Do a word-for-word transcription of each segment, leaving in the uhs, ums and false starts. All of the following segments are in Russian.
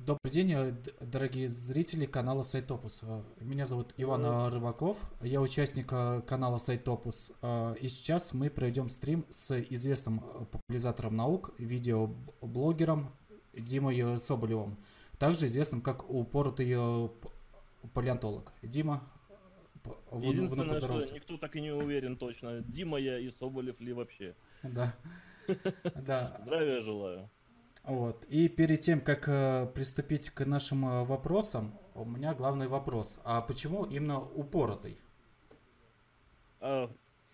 Добрый день, э, д- дорогие зрители канала Сайтопус. Э, Меня зовут Иван М, э, Рыбаков, я участник э, канала Сайтопус. Э, И сейчас мы проведем стрим с известным э, популяризатором наук, видеоблогером Димой э, Соболевым, также известным как упоротый э, п- палеонтолог. Дима, п- вновь вновь Единственное, что поздоровался. никто так и не уверен точно, Дима я и Соболев ли вообще. Да, да. Здравия желаю. Вот. И перед тем, как э, приступить к нашим э, вопросам, у меня главный вопрос. А почему именно упоротый? А,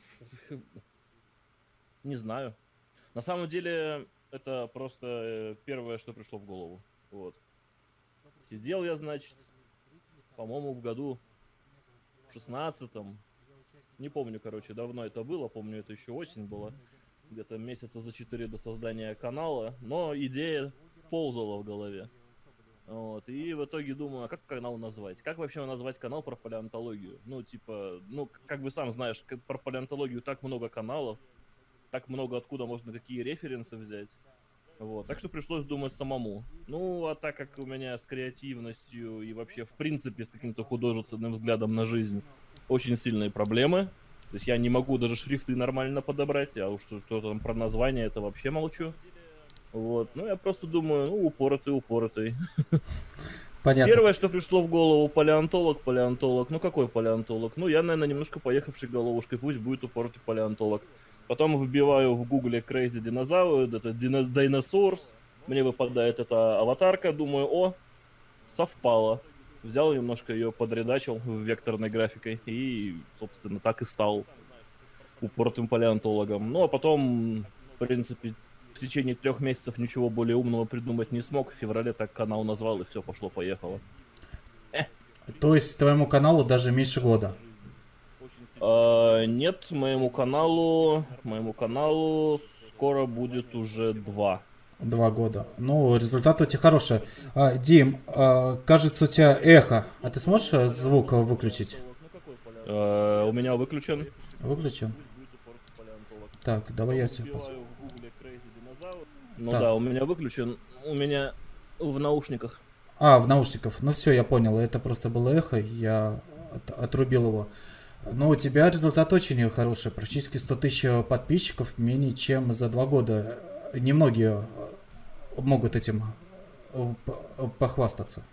не знаю. На самом деле, это просто э, первое, что пришло в голову. Вот. Сидел я, значит, по-моему, в году в шестнадцатом. Не помню, короче, давно это было. Помню, это еще осень была. Где-то месяца за четыре до создания канала. Но идея ползала в голове. Вот, и в итоге думаю, а как канал назвать? Как вообще назвать канал про палеонтологию? Ну, типа, ну, как бы сам знаешь, как про палеонтологию так много каналов, так много откуда можно какие референсы взять. Вот, так что пришлось думать самому. Ну, а так как у меня с креативностью и вообще, в принципе, с каким-то художественным взглядом на жизнь очень сильные проблемы, то есть я не могу даже шрифты нормально подобрать, а уж что там про название, это вообще молчу. Вот, ну, я просто думаю, ну, упоротый, упоротый. Понятно. Первое, что пришло в голову, палеонтолог, палеонтолог. Ну какой палеонтолог? Ну я, наверное, немножко поехавший головушкой, пусть будет упоротый палеонтолог. Потом вбиваю в гугле Crazy Dinosaur, это Dino- Dinosaurs. Мне выпадает эта аватарка, думаю, о, совпало. Взял немножко ее, подредачил в векторной графикой и, собственно, так и стал упоротым палеонтологом. Ну а потом, в принципе, в течение трех месяцев ничего более умного придумать не смог. В феврале так канал назвал, и все, пошло-поехало. То есть твоему каналу даже меньше года. А, нет, моему каналу, моему каналу скоро будет уже два. Два года. Ну, результат у тебя хороший. А, Дим, а, кажется, у тебя эхо. А ты сможешь э, звук э, выключить? А, у меня выключен. Выключен. Так, давай я себе пос... Ну Так. да, у меня выключен. У меня в наушниках. А, в наушниках. Ну все, я понял. Это просто было эхо. Я от- отрубил его. Но у тебя результат очень хороший. Практически сто тысяч подписчиков менее чем за два года. Немногие э, могут этим э, п- похвастаться.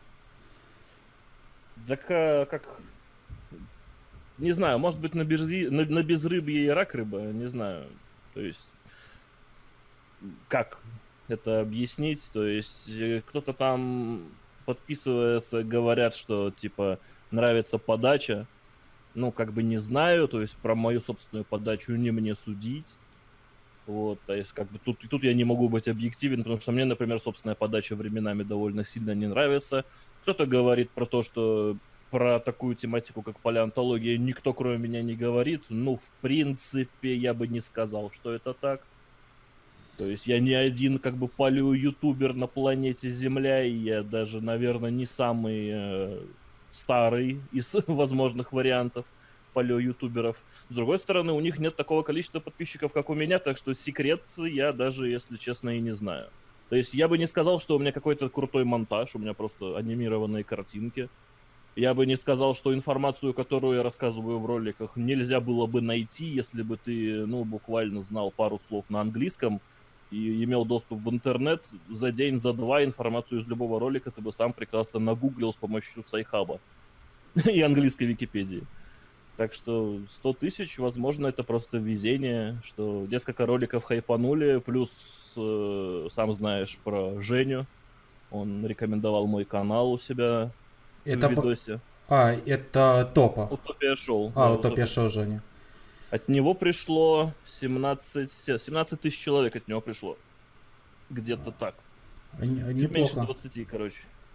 Так а, как... Не знаю, может быть на, берзи... на, на безрыбье и рак рыба, не знаю. То есть, как это объяснить? То есть, э, кто-то там, подписывается, говорят, что, типа, нравится подача. Ну, как бы не знаю, то есть про мою собственную подачу не мне судить. Вот, то есть, как бы тут, тут я не могу быть объективен, потому что мне, например, собственная подача временами довольно сильно не нравится. Кто-то говорит про то, что про такую тематику, как палеонтология, никто кроме меня не говорит. Ну, в принципе, я бы не сказал, что это так. То есть я не один, как бы, палео-ютубер на планете Земля, и я даже, наверное, не самый э, старый из возможных вариантов палео-ютуберов. С другой стороны, у них нет такого количества подписчиков, как у меня, так что секрет я даже, если честно, и не знаю. То есть я бы не сказал, что у меня какой-то крутой монтаж, у меня просто анимированные картинки. Я бы не сказал, что информацию, которую я рассказываю в роликах, нельзя было бы найти, если бы ты, ну, буквально знал пару слов на английском и имел доступ в интернет. За день, за два информацию из любого ролика ты бы сам прекрасно нагуглил с помощью Сайхаба и английской Википедии. Так что сто тысяч, возможно, это просто везение, что несколько роликов хайпанули, плюс, э, сам знаешь про Женю, он рекомендовал мой канал у себя в Это... по- видосе. А, это топа. Утопия шоу, А, да, утопия Утопия шоу шоу. Женя. От него пришло семнадцать, семнадцать тысяч человек от него пришло. Где-то так. Н- Чуть меньше Неплохо. двадцати, короче.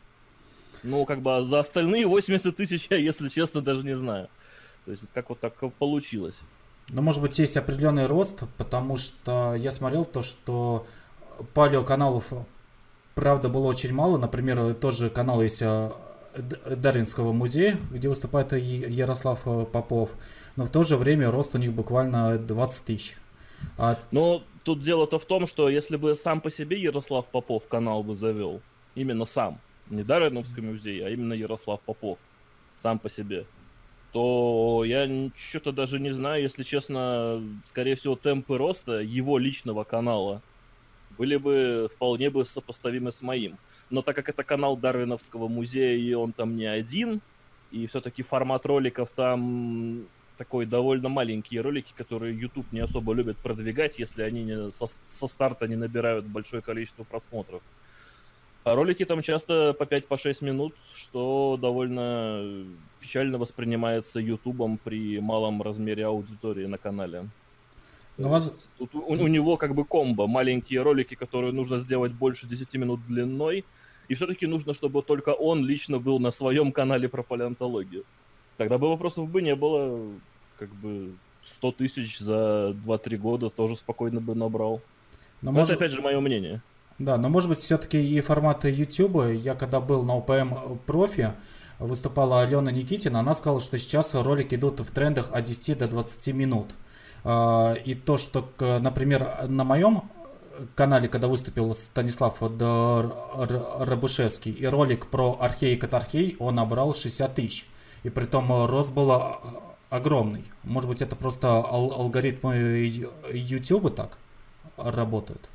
Ну, как бы, а за остальные восемьдесят тысяч я, если честно, даже не знаю. То есть, как вот так получилось. Но, может быть, есть определенный рост, потому что я смотрел то, что палеоканалов, правда, было очень мало. Например, тоже канал есть э, Д- Дарвинского музея, где выступает Е- Ярослав э, Попов. Но в то же время рост у них буквально двадцать тысяч. А, Но тут дело-то в том, что если бы сам по себе Ярослав Попов канал бы завел, именно сам, не Дарвиновский музей, а именно Ярослав Попов сам по себе, то я что-то даже не знаю, если честно, скорее всего, темпы роста его личного канала были бы вполне бы сопоставимы с моим. Но так как это канал Дарвиновского музея, и он там не один, и все-таки формат роликов там такой довольно маленькие ролики, которые YouTube не особо любит продвигать, если они не, со, со старта не набирают большое количество просмотров. А ролики там часто по пять-шесть минут, что довольно печально воспринимается Ютубом при малом размере аудитории на канале. Ну, вас... Тут у, у него как бы комбо. Маленькие ролики, которые нужно сделать больше десяти минут длиной. И все-таки нужно, чтобы только он лично был на своем канале про палеонтологию. Тогда бы вопросов бы не было. Как бы сто тысяч за два-три года тоже спокойно бы набрал. Но, но может... это опять же мое мнение. Да, но может быть все-таки и форматы YouTube. Я когда был на ОПМ профи, выступала Алена Никитина, она сказала, что сейчас ролики идут в трендах от десяти до двадцати минут. И то, что, например, на моем канале, когда выступил Станислав Рабышевский, и ролик про архей катархей, он набрал шестьдесят тысяч. И при том рост был огромный. Может быть, это просто ал- алгоритмы YouTube так работают?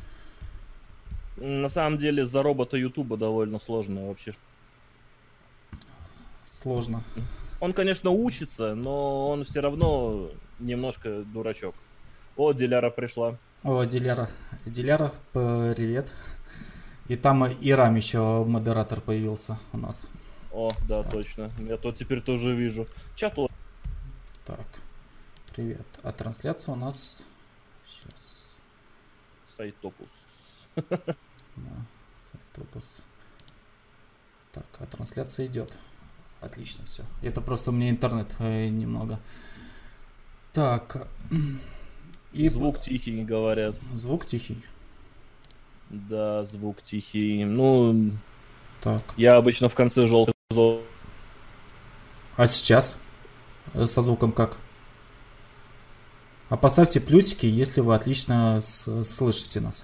На самом деле, за робота YouTube довольно сложно вообще. Сложно. Он, конечно, учится, но он все равно немножко дурачок. О, Диляра пришла. О, Диляра. Диляра, привет. И там Ирам еще модератор появился у нас. О, да, сейчас. Точно. Я то теперь тоже вижу. Чат. Так, привет. А трансляция у нас... Сейчас. Сайтопус. Да, Сайтопус. Так, а трансляция идет. Отлично, все. Это просто у меня интернет э, немного. Так. И звук тихий, говорят. Звук тихий? Да, звук тихий. Ну, так. Я обычно в конце желтый. А сейчас? Со звуком как? А поставьте плюсики, если вы отлично с- слышите нас.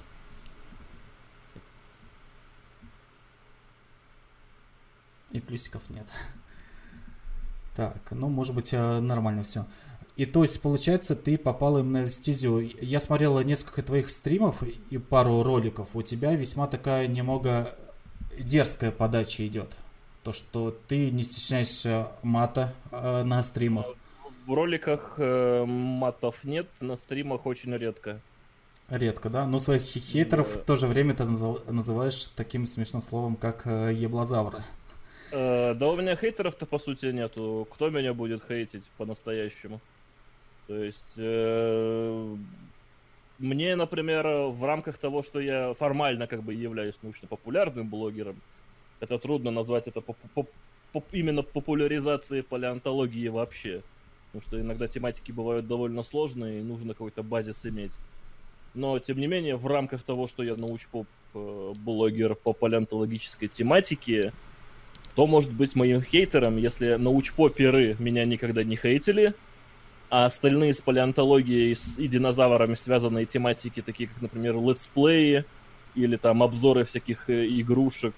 И плюсиков нет. Так, ну, может быть, нормально все. И то есть, получается, ты попал именно в стезю. Я смотрел несколько твоих стримов и пару роликов. У тебя весьма такая немного дерзкая подача идет. То, что ты не стесняешься мата э, на стримах. В роликах э, матов нет, на стримах очень редко. Редко, да? Но своих хейтеров да. В то же время ты называешь таким смешным словом, как э, еблозавры. Э, да у меня хейтеров-то по сути нету. Кто меня будет хейтить по-настоящему? То есть э, мне, например, в рамках того, что я формально как бы являюсь научно-популярным блогером, это трудно назвать это поп- поп- поп- именно популяризацией палеонтологии вообще. Потому что иногда тематики бывают довольно сложные, и нужно какой-то базис иметь. Но, тем не менее, в рамках того, что я научпоп-блогер по палеонтологической тематике, кто может быть моим хейтером, если научпоперы меня никогда не хейтили, а остальные с палеонтологией и динозаврами связанные тематики, такие как, например, летсплеи или там обзоры всяких игрушек,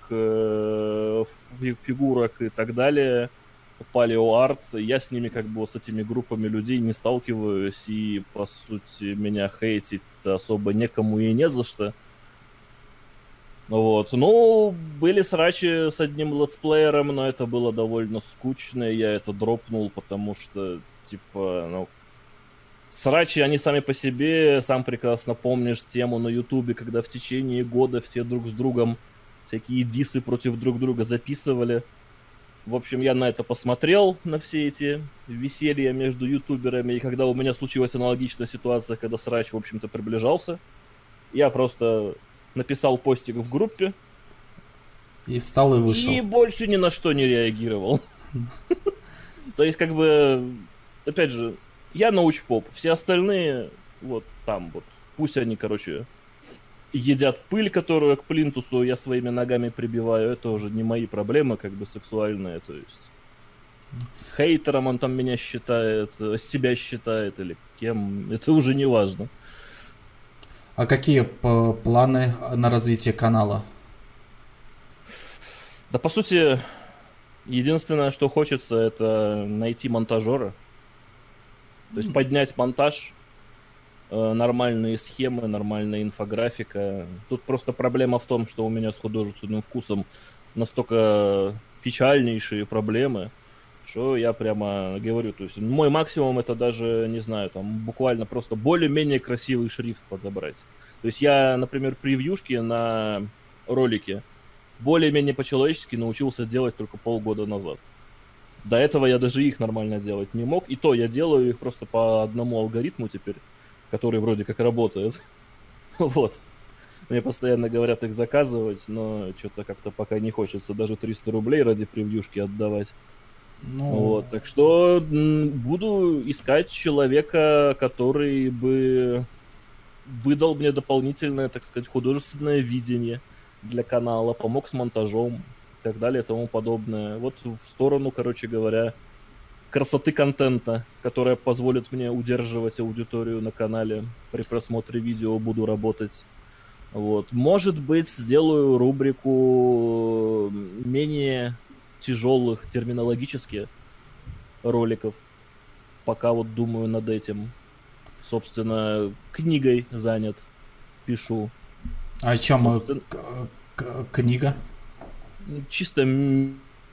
фигурок и так далее, палеоарт, я с ними как бы с этими группами людей не сталкиваюсь, и по сути меня хейтить особо некому и не за что. Вот. Ну, были срачи с одним летсплеером, но это было довольно скучно, я это дропнул, потому что, типа, ну, срачи, они сами по себе, сам прекрасно помнишь тему на Ютубе, когда в течение года все друг с другом всякие дисы против друг друга записывали. В общем, я на это посмотрел, на все эти веселья между ютуберами, и когда у меня случилась аналогичная ситуация, когда срач, в общем-то, приближался, я просто написал постик в группе. И встал и вышел. И больше ни на что не реагировал. То есть, как бы, опять же, я научпоп, все остальные вот там вот, пусть они, короче, едят пыль, которую к плинтусу я своими ногами прибиваю, это уже не мои проблемы, как бы, сексуальные, то есть хейтером он там меня считает, себя считает или кем, это уже не важно. А какие планы на развитие канала? Да, по сути, единственное, что хочется, это найти монтажера. То есть поднять монтаж, э, нормальные схемы, нормальная инфографика. Тут просто проблема в том, что у меня с художественным вкусом настолько печальнейшие проблемы, что я прямо говорю, то есть мой максимум это даже, не знаю, там буквально просто более-менее красивый шрифт подобрать. То есть я, например, превьюшки на ролике более-менее по-человечески научился делать только полгода назад. До этого я даже их нормально делать не мог. И то я делаю их просто по одному алгоритму теперь, который вроде как работает. Вот. Мне постоянно говорят их заказывать, но что-то как-то пока не хочется даже триста рублей ради превьюшки отдавать. Ну, Вот. Так что буду искать человека, который бы выдал мне дополнительное, так сказать, художественное видение для канала, помог с монтажом и так далее и тому подобное. Вот в сторону, короче говоря, красоты контента, которая позволит мне удерживать аудиторию на канале. При просмотре видео буду работать. Вот. Может быть, сделаю рубрику менее тяжелых терминологически роликов. Пока вот думаю над этим. Собственно, книгой занят. Пишу. А о чем Собственно, книга? Чисто не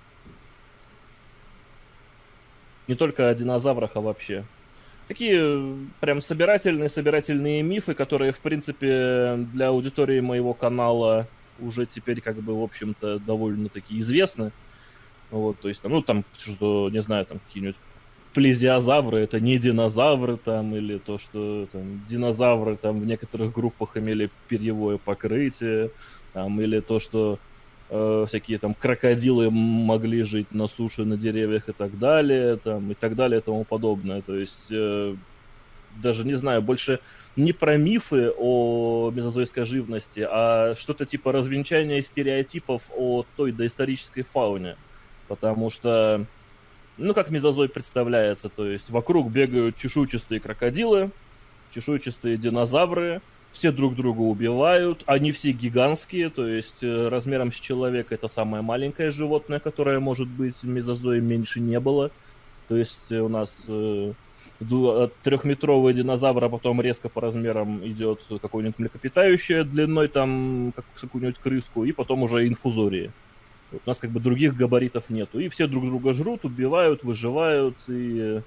только о динозаврах, а вообще. Такие прям собирательные, собирательные мифы, которые, в принципе, для аудитории моего канала уже теперь, как бы, в общем-то, довольно-таки известны. Вот, то есть, ну, там, что, не знаю, там, какие-нибудь плезиозавры — это не динозавры, там, или то, что там динозавры там в некоторых группах имели перьевое покрытие, там, или то, что э, всякие там крокодилы могли жить на суше, на деревьях и так далее, там, и так далее и тому подобное. То есть, э, даже, не знаю, больше не про мифы о мезозойской живности, а что-то типа развенчания стереотипов о той доисторической фауне. Потому что, ну, как мезозой представляется, то есть вокруг бегают чешуйчатые крокодилы, чешуйчатые динозавры, все друг друга убивают, они все гигантские, то есть размером с человека это самое маленькое животное, которое может быть, в мезозое меньше не было. То есть у нас э, трехметровый динозавр, а потом резко по размерам идет какое-нибудь млекопитающее длиной там, как какую-нибудь крыску, и потом уже инфузории. У нас как бы других габаритов нету. И все друг друга жрут, убивают, выживают, и,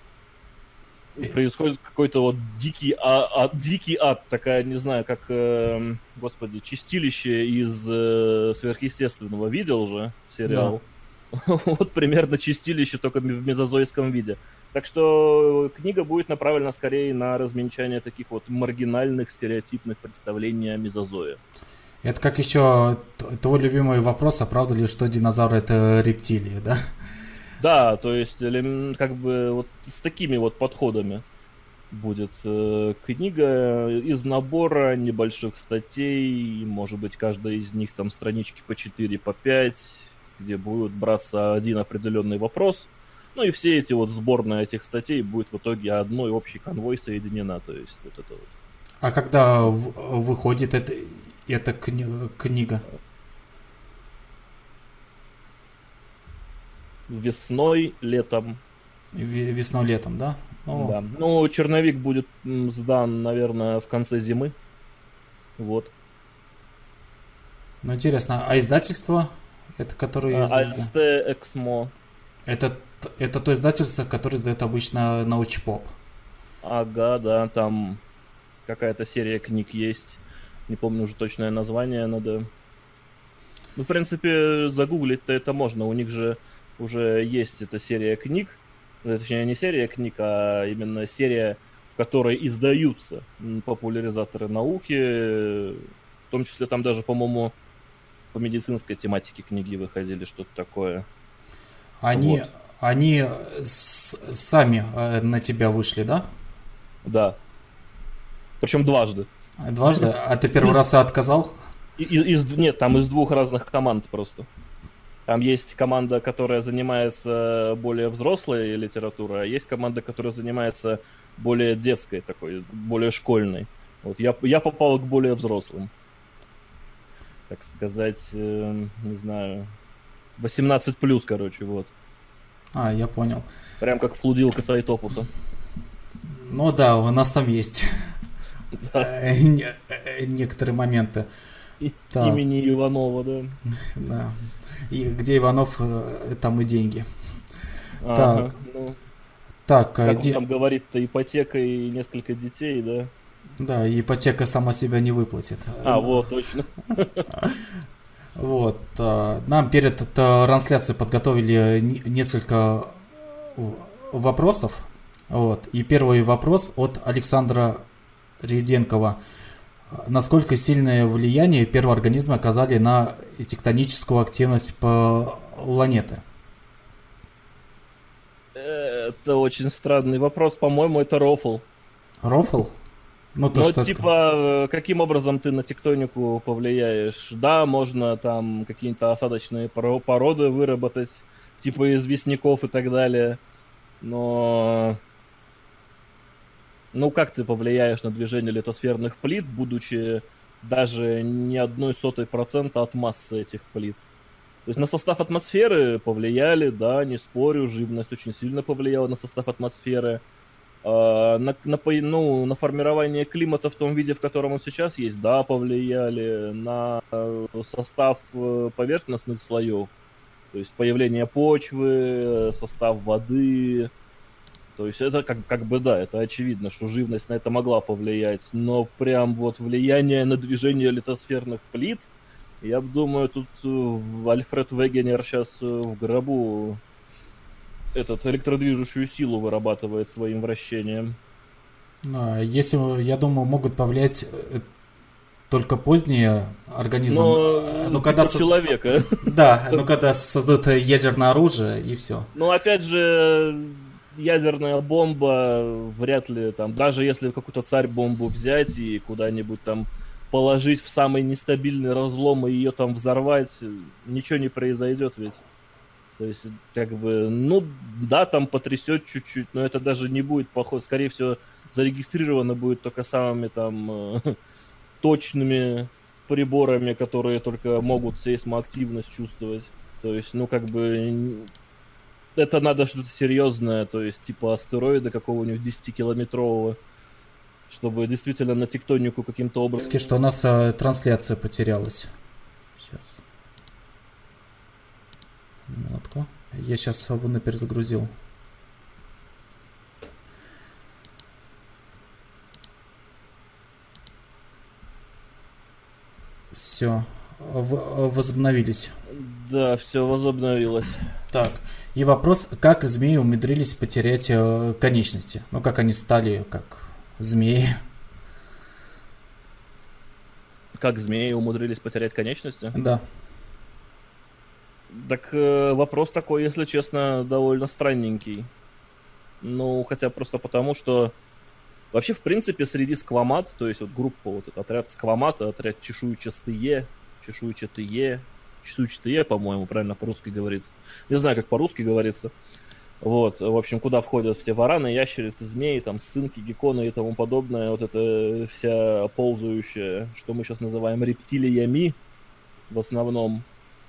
и происходит какой-то вот дикий, а, а, дикий ад. Такая, не знаю, как, э, господи, чистилище из э, сверхъестественного. Видел же сериал? Да. Вот примерно чистилище, только в мезозойском виде. Так что книга будет направлена скорее на размельчание таких вот маргинальных, стереотипных представлений о мезозое. Это как еще твой любимый вопрос, а правда ли, что динозавры это рептилии, да? Да, то есть как бы вот с такими вот подходами будет э, книга из набора небольших статей, может быть, каждая из них там странички по четыре, по пять, где будет браться один определенный вопрос, ну и все эти вот сборная этих статей будет в итоге одной общий конвой соединена, то есть вот это вот. А когда в- выходит это... Это кни- книга. Весной, летом. Весной-летом, да? О. Да. Ну, черновик будет сдан, наверное, в конце зимы. Вот. Ну, интересно, а издательство? Это которое... А, АСТ Эксмо. Это, это то издательство, которое издает обычно научпоп. Ага, да, там какая-то серия книг есть. Не помню уже точное название, надо... Ну, в принципе, загуглить-то это можно. У них же уже есть эта серия книг. Точнее, не серия книг, а именно серия, в которой издаются популяризаторы науки. В том числе там даже, по-моему, по медицинской тематике книги выходили, что-то такое. Они, вот. Они с- сами на тебя вышли, да? Да. Причем дважды. Дважды? А ты первый раз отказал? Из, из, нет, там из двух разных команд просто. Там есть команда, которая занимается более взрослой литературой, а есть команда, которая занимается более детской такой, более школьной. Вот я, я попал к более взрослым. Так сказать, э, не знаю. восемнадцать плюс, короче, вот. А, я понял. Прям как флудилка с Айтопуса. Ну да, у нас там есть Да. э, не- э, некоторые моменты. И- Так. Имени Иванова, да. Да. И где Иванов, э, там и деньги. Ага, ну, Так, как э, он де- там говорит-то, ипотека и несколько детей, да? да, ипотека сама себя не выплатит. А, вот, точно. Вот. э, Нам перед трансляцией подготовили не- несколько в- вопросов. Вот. И первый вопрос от Александра Реденкова. Насколько сильное влияние первые организмы оказали на тектоническую активность планеты? Это очень странный вопрос. По-моему, это рофл. Рофл? Ну, то, Ну, что... типа, э, каким образом ты на тектонику повлияешь? Да, можно там какие-то осадочные поро- породы выработать, типа известняков и так далее. Но... Ну, как ты повлияешь на движение литосферных плит, будучи даже не одной сотой процента от массы этих плит? То есть на состав атмосферы повлияли, да, не спорю, живность очень сильно повлияла на состав атмосферы. А, на, на, по- ну, на формирование климата в том виде, в котором он сейчас есть, да, повлияли. На э, состав э, поверхностных слоев, то есть появление почвы, э, состав воды. То есть это как, как бы да, это очевидно, что живность на это могла повлиять, но прям вот влияние на движение литосферных плит, я думаю, тут э, Альфред Вегенер сейчас в гробу этот электродвижущую силу вырабатывает своим вращением. А, Если, я думаю, могут повлиять э, только поздние организмы. Но Ну, типа когда со- человека. Да, ну когда создают ядерное оружие и все. Но опять же, ядерная бомба вряд ли там, даже если какую-то царь-бомбу взять и куда-нибудь там положить в самый нестабильный разлом и ее там взорвать, ничего не произойдет ведь. То есть, как бы, ну, да, там потрясет чуть-чуть, но это даже не будет поход. Скорее всего, зарегистрировано будет только самыми там э, точными приборами, которые только могут сейсмоактивность чувствовать. То есть, ну, как бы, н- это надо что-то серьезное, то есть, типа астероида какого-нибудь десятикилометрового, чтобы действительно на тектонику каким-то образом... Что у нас э, трансляция потерялась. Сейчас. Минутку. Я сейчас свободно перезагрузил. Все. Возобновились. Да, все возобновилось. Так. И вопрос, как змеи умудрились потерять э, конечности? Ну, как они стали как змеи? Как змеи умудрились потерять конечности? Да. Так э, вопрос такой, если честно, довольно странненький. Ну, хотя просто потому, что вообще, в принципе, среди сквамат, то есть вот группа, вот этот отряд сквамата, отряд чешуйчатые, чешуйчатые, чешуйчатые, по-моему, правильно по-русски говорится. Не знаю, как по-русски говорится. Вот, в общем, куда входят все вараны, ящерицы, змеи, там, сцинки, гекконы и тому подобное. Вот это вся ползающая, что мы сейчас называем рептилиями, в основном.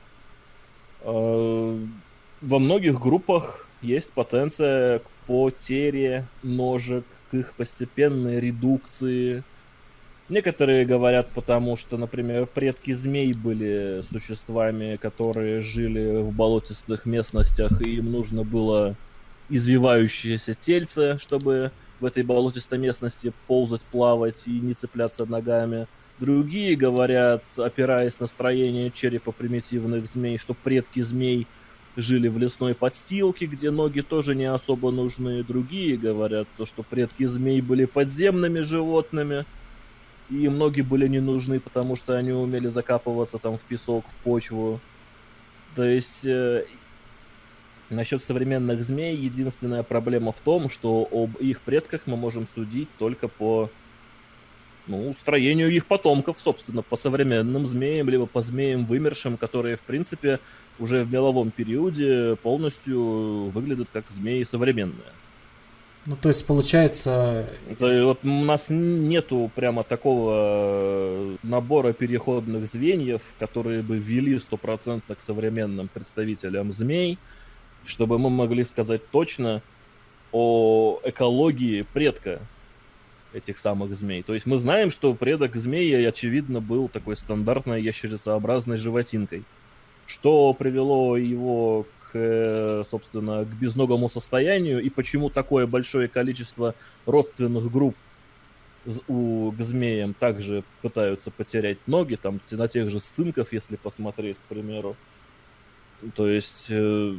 Во многих группах есть потенция к потере ножек, к их постепенной редукции. Некоторые говорят потому, что, например, предки змей были существами, которые жили в болотистых местностях, и им нужно было извивающееся тельце, чтобы в этой болотистой местности ползать, плавать и не цепляться ногами. Другие говорят, опираясь на строение черепа примитивных змей, что предки змей жили в лесной подстилке, где ноги тоже не особо нужны. Другие говорят, то, что предки змей были подземными животными, и им ноги были не нужны, потому что они умели закапываться там в песок, в почву. То есть э, насчет современных змей единственная проблема в том, что об их предках мы можем судить только по ну, строению их потомков, собственно, по современным змеям, либо по змеям вымершим, которые, в принципе, уже в меловом периоде полностью выглядят как змеи современные. Ну, то есть, получается... Это, вот у нас нету прямо такого набора переходных звеньев, которые бы ввели стопроцентно к современным представителям змей, чтобы мы могли сказать точно о экологии предка этих самых змей. То есть мы знаем, что предок змеи, очевидно, был такой стандартной ящерицеобразной животинкой. Что привело его к, собственно, к безногому состоянию, и почему такое большое количество родственных групп у, к змеям также пытаются потерять ноги, там, на тех же сцинков, если посмотреть, к примеру. То есть... Э,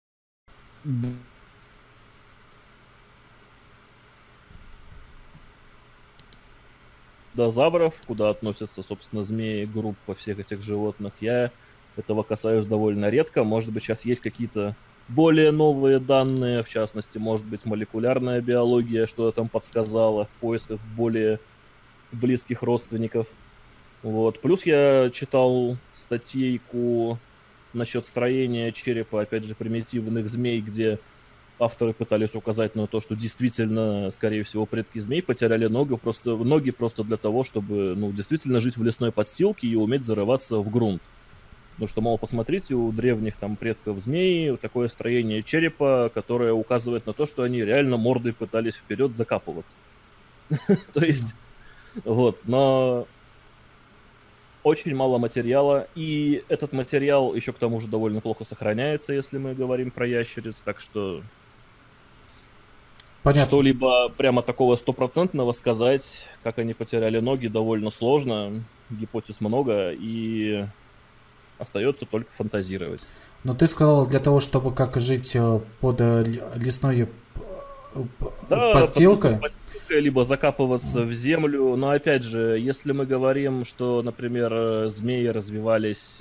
дозавров, куда относятся, собственно, змеи, группа всех этих животных, я этого касаюсь довольно редко. Может быть, сейчас есть какие-то более новые данные, в частности, может быть, молекулярная биология что-то там подсказала в поисках более близких родственников. Вот. Плюс я читал статейку насчет строения черепа, опять же, примитивных змей, где авторы пытались указать на то, что действительно, скорее всего, предки змей потеряли ноги просто, ноги просто для того, чтобы, ну, действительно жить в лесной подстилке и уметь зарываться в грунт. Потому что, мол, посмотрите, у древних там предков змей такое строение черепа, которое указывает на то, что они реально мордой пытались вперед закапываться. То есть, вот, но очень мало материала, и этот материал еще к тому же довольно плохо сохраняется, если мы говорим про ящериц, так что Понятно. Что-либо прямо такого стопроцентного сказать, как они потеряли ноги, довольно сложно. Гипотез много, и остается только фантазировать. Но ты сказал, для того, чтобы как жить под лесной да, подстилкой? подстилкой, либо закапываться в землю. Но опять же, если мы говорим, что, например, змеи развивались,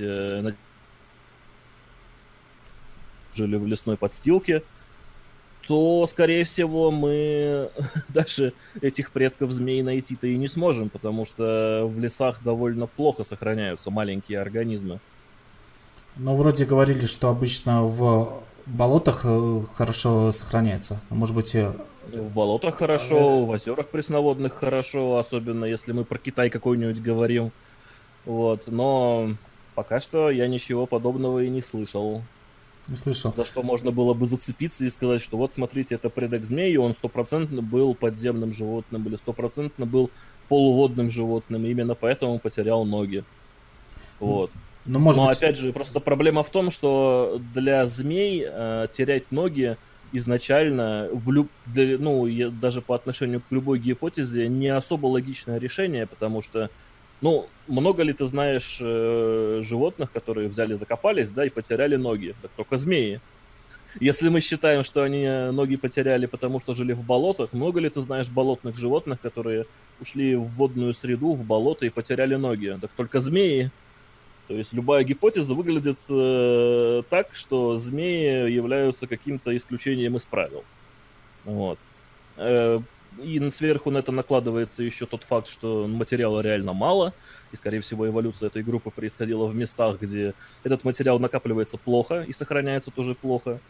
жили в лесной подстилке, то, скорее всего, мы даже этих предков змей найти-то и не сможем, потому что в лесах довольно плохо сохраняются маленькие организмы. Ну, вроде говорили, что обычно в болотах хорошо сохраняется. Может быть... В болотах хорошо, в озерах пресноводных хорошо, особенно если мы про Китай какой-нибудь говорим. Вот, но пока что я ничего подобного и не слышал. Не слышал. За что можно было бы зацепиться и сказать, что вот смотрите, это предок змеи, он стопроцентно был подземным животным или стопроцентно был полуводным животным, и именно поэтому потерял ноги. Вот. Но, может Но быть... опять же, просто проблема в том, что для змей э, терять ноги изначально, в люб... для, ну, даже по отношению к любой гипотезе, не особо логичное решение, потому что ну, много ли ты знаешь э, животных, которые взяли, закопались, да, и потеряли ноги? Так только змеи. Если мы считаем, что они ноги потеряли, потому что жили в болотах, много ли ты знаешь болотных животных, которые ушли в водную среду, в болото и потеряли ноги? Так только змеи. То есть любая гипотеза выглядит э, так, что змеи являются каким-то исключением из правил. Вот. Э, И сверху на это накладывается еще тот факт, что материала реально мало, и, скорее всего, эволюция этой группы происходила в местах, где этот материал накапливается плохо и сохраняется тоже плохо.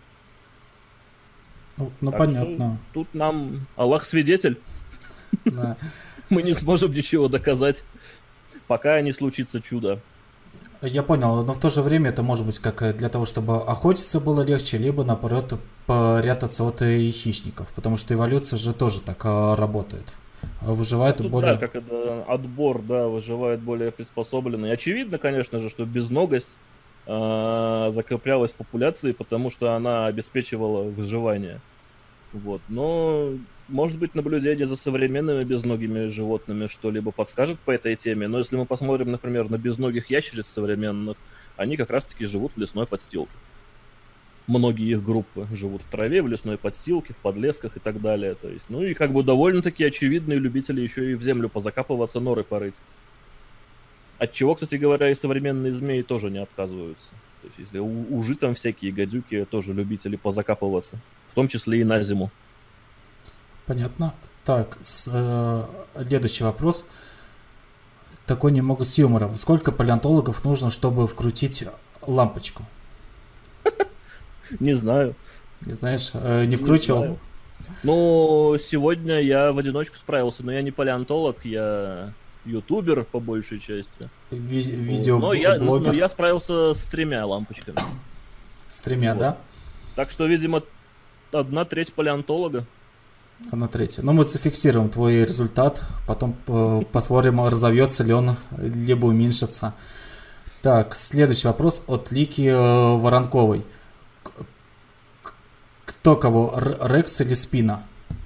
Ну, ну понятно. Тут нам Аллах свидетель. Да. Мы не сможем ничего доказать, пока не случится чудо. Я понял, но в то же время это может быть как для того, чтобы охотиться было легче, либо наоборот попрятаться от хищников, потому что эволюция же тоже так работает. Выживает Тут, более... Да, как это отбор, да, выживает более приспособленный. Очевидно, конечно же, что безногость э, закреплялась в популяции, потому что она обеспечивала выживание. Вот. Но, может быть, наблюдение за современными безногими животными что-либо подскажет по этой теме. Но если мы посмотрим, например, на безногих ящериц современных, они как раз-таки живут в лесной подстилке. Многие их группы живут в траве, в лесной подстилке, в подлесках и так далее. То есть, ну и как бы довольно-таки очевидные любители еще и в землю позакапываться, норы порыть. От чего, кстати говоря, и современные змеи тоже не отказываются. То есть, если у, ужи там всякие гадюки, тоже любители позакапываться. В том числе и на зиму. Понятно. Так, с, э, следующий вопрос. Такой немного с юмором. Сколько палеонтологов нужно, чтобы вкрутить лампочку? Не знаю. Не знаешь, э, не вкручивал? Ну, сегодня я в одиночку справился, но я не палеонтолог, я ютубер по большей части. Ви- Вот. Но, я, но Видеоблогер я справился с тремя лампочками. с тремя, Вот. да? Так что, видимо, одна треть палеонтолога. А на третье. Ну, мы зафиксируем твой результат, потом э, посмотрим, разовьется ли он, либо уменьшится. Так, следующий вопрос от Лики э, Воронковой. К- к- Кто кого, Р- Рекс или Спина?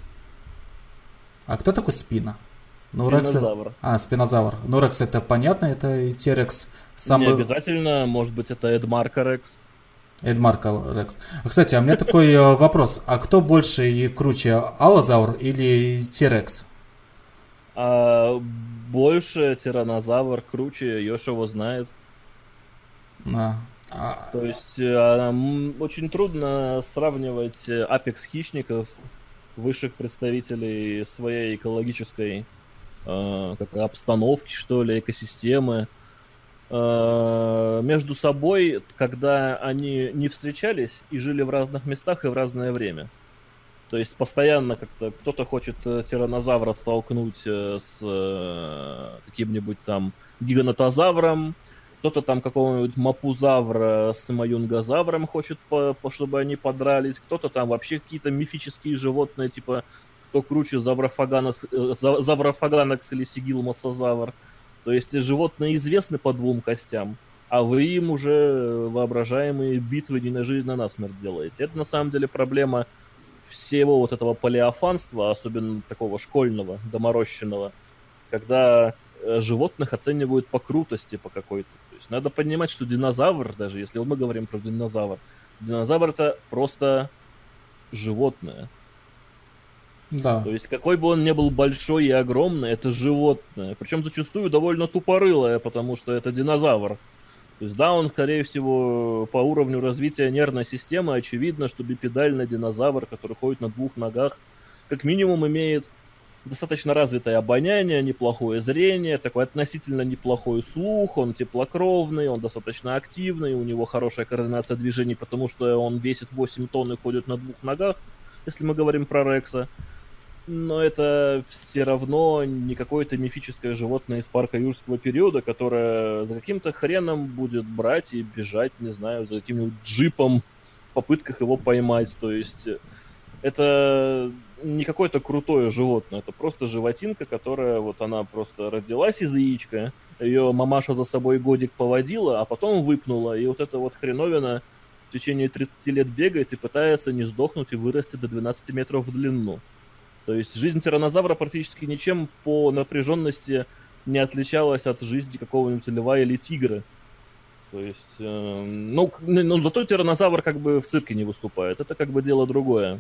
А кто такой Спина? Ну, Рекс... Спинозавр. А, спинозавр. Ну, Рекс это понятно, это Терекс. Не Самый... обязательно, может быть, это Эдмарка Рекс. Эдмарк Рекс. А, кстати, а у меня такой э, вопрос. А кто больше и круче, Аллозавр или Терекс? А больше тиранозавр, круче, Ёж его знает. А, а, То есть э, м, очень трудно сравнивать э, апекс хищников, высших представителей своей экологической э, как обстановки, что ли, экосистемы, э, между собой, когда они не встречались и жили в разных местах и в разное время. То есть постоянно как-то кто-то хочет э, тиранозавра столкнуть э, с э, каким-нибудь там гигантозавром, кто-то там какого-нибудь мапузавра с маюнгозавром хочет, по, по- чтобы они подрались, кто-то там вообще какие-то мифические животные, типа кто круче, Заврофаганос, э, За- Заврофаганокс или Сигилмосозавр. То есть животные известны по двум костям, а вы им уже воображаемые битвы не на жизнь, а на смерть делаете. Это на самом деле проблема всего вот этого палеофанства, особенно такого школьного, доморощенного, когда э, животных оценивают по крутости по какой-то. То есть надо понимать, что динозавр, даже если мы говорим про динозавр, динозавр это просто животное. да. То есть какой бы он ни был большой и огромный, это животное. Причем зачастую довольно тупорылое, потому что это динозавр. То есть, да, он, скорее всего, по уровню развития нервной системы, очевидно, что бипедальный динозавр, который ходит на двух ногах, как минимум имеет достаточно развитое обоняние, неплохое зрение, такой относительно неплохой слух, он теплокровный, он достаточно активный, у него хорошая координация движений, потому что он весит восемь тонн и ходит на двух ногах, если мы говорим про Рекса. Но это все равно не какое-то мифическое животное из парка юрского периода, которое за каким-то хреном будет брать и бежать, не знаю, за каким-нибудь джипом в попытках его поймать. То есть это не какое-то крутое животное, это просто животинка, которая вот она просто родилась из яичка, ее мамаша за собой годик поводила, а потом выпнула, и вот эта вот хреновина в течение тридцати лет бегает и пытается не сдохнуть и вырасти до двенадцати метров в длину. То есть жизнь тиранозавра практически ничем по напряженности не отличалась от жизни какого-нибудь льва или тигра. То есть, э, ну, ну, зато тиранозавр как бы в цирке не выступает. Это как бы дело другое.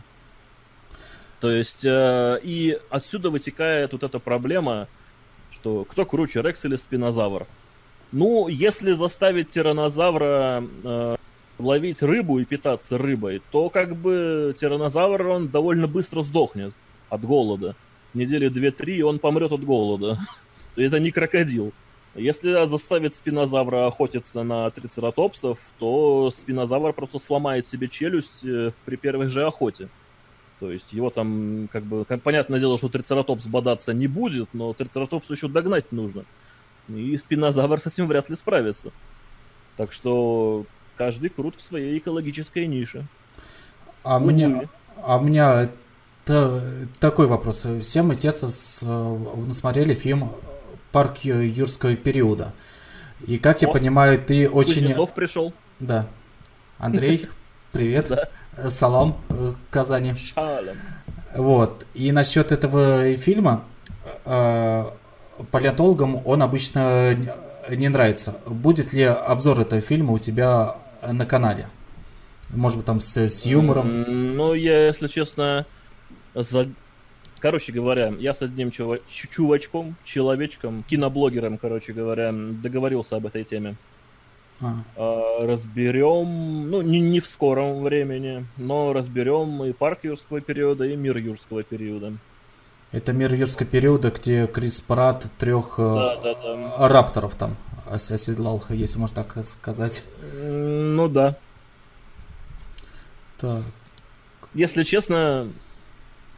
То есть, э, и отсюда вытекает вот эта проблема, что кто круче, Рекс или спинозавр? Ну, если заставить тиранозавра э, ловить рыбу и питаться рыбой, то как бы тиранозавр, он довольно быстро сдохнет от голода. Недели две-три, он помрет от голода. Это не крокодил. Если заставить спинозавра охотиться на трицератопсов, то спинозавр просто сломает себе челюсть при первой же охоте. То есть его там, как бы, как, понятное дело, что трицератопс бодаться не будет, но трицератопсу еще догнать нужно. И спинозавр с этим вряд ли справится. Так что каждый крут в своей экологической нише. А Увы. мне, а у меня т- такой вопрос. Все мы, естественно, с- смотрели фильм «Парк ю- юрского периода». И, как я О, понимаю, ты очень... Кузнецов пришел. Да. Андрей, привет. Да. Салам, э, Казани. Шалом. Вот. И насчет этого фильма э, палеонтологам он обычно не- не нравится. Будет ли обзор этого фильма у тебя на канале? Может быть, там с, с юмором? М, Ну, я, если честно, за... Короче говоря, я с одним чува- чу- чувачком, человечком, киноблогером, короче говоря, договорился об этой теме. А. А, Разберем, ну, не, не в скором времени, но разберем и парк юрского периода, и мир юрского периода. Это мир юрского периода, где Крис Пратт трех Да, да, да. рапторов там ос- оседлал, если можно так сказать. М, Ну да. Так. Если честно,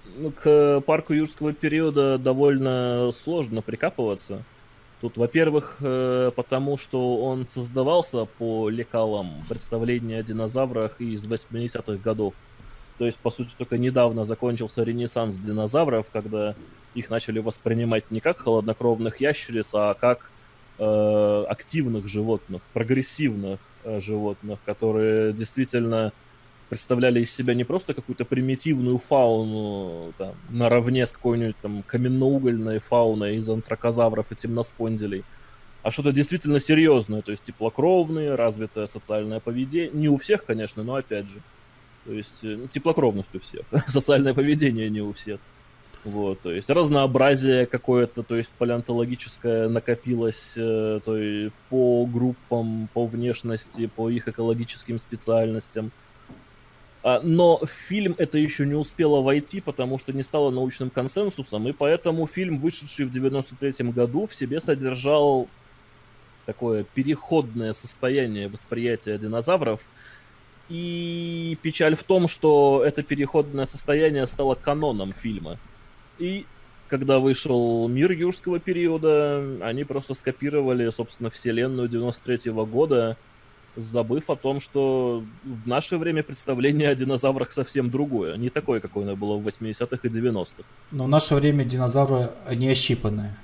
Ну, к парку юрского периода довольно сложно прикапываться. Тут, во-первых, э, потому что он создавался по лекалам представления о динозаврах из восьмидесятых годов. То есть, по сути, только недавно закончился ренессанс динозавров, когда их начали воспринимать не как холоднокровных ящериц, а как э, активных животных, прогрессивных э, животных, которые действительно представляли из себя не просто какую-то примитивную фауну там, наравне с какой-нибудь там каменноугольной фауной из антракозавров и темноспонделей, а что-то действительно серьезное, то есть теплокровные, развитое социальное поведение. Не у всех, конечно, но опять же. То есть ну, теплокровность у всех, социальное поведение не у всех. Вот, то есть разнообразие какое-то, то есть палеонтологическое накопилось э, то есть, по группам, по внешности, по их экологическим специальностям. Но в фильм это еще не успело войти, потому что не стало научным консенсусом, и поэтому фильм, вышедший в девяносто третьем году, в себе содержал такое переходное состояние восприятия динозавров. И печаль в том, что это переходное состояние стало каноном фильма. И когда вышел «Мир юрского периода», они просто скопировали, собственно, вселенную девяносто третьего года, забыв о том, что в наше время представление о динозаврах совсем другое. Не такое, какое оно было в восьмидесятых и девяностых. Но в наше время динозавры, они ощипанные.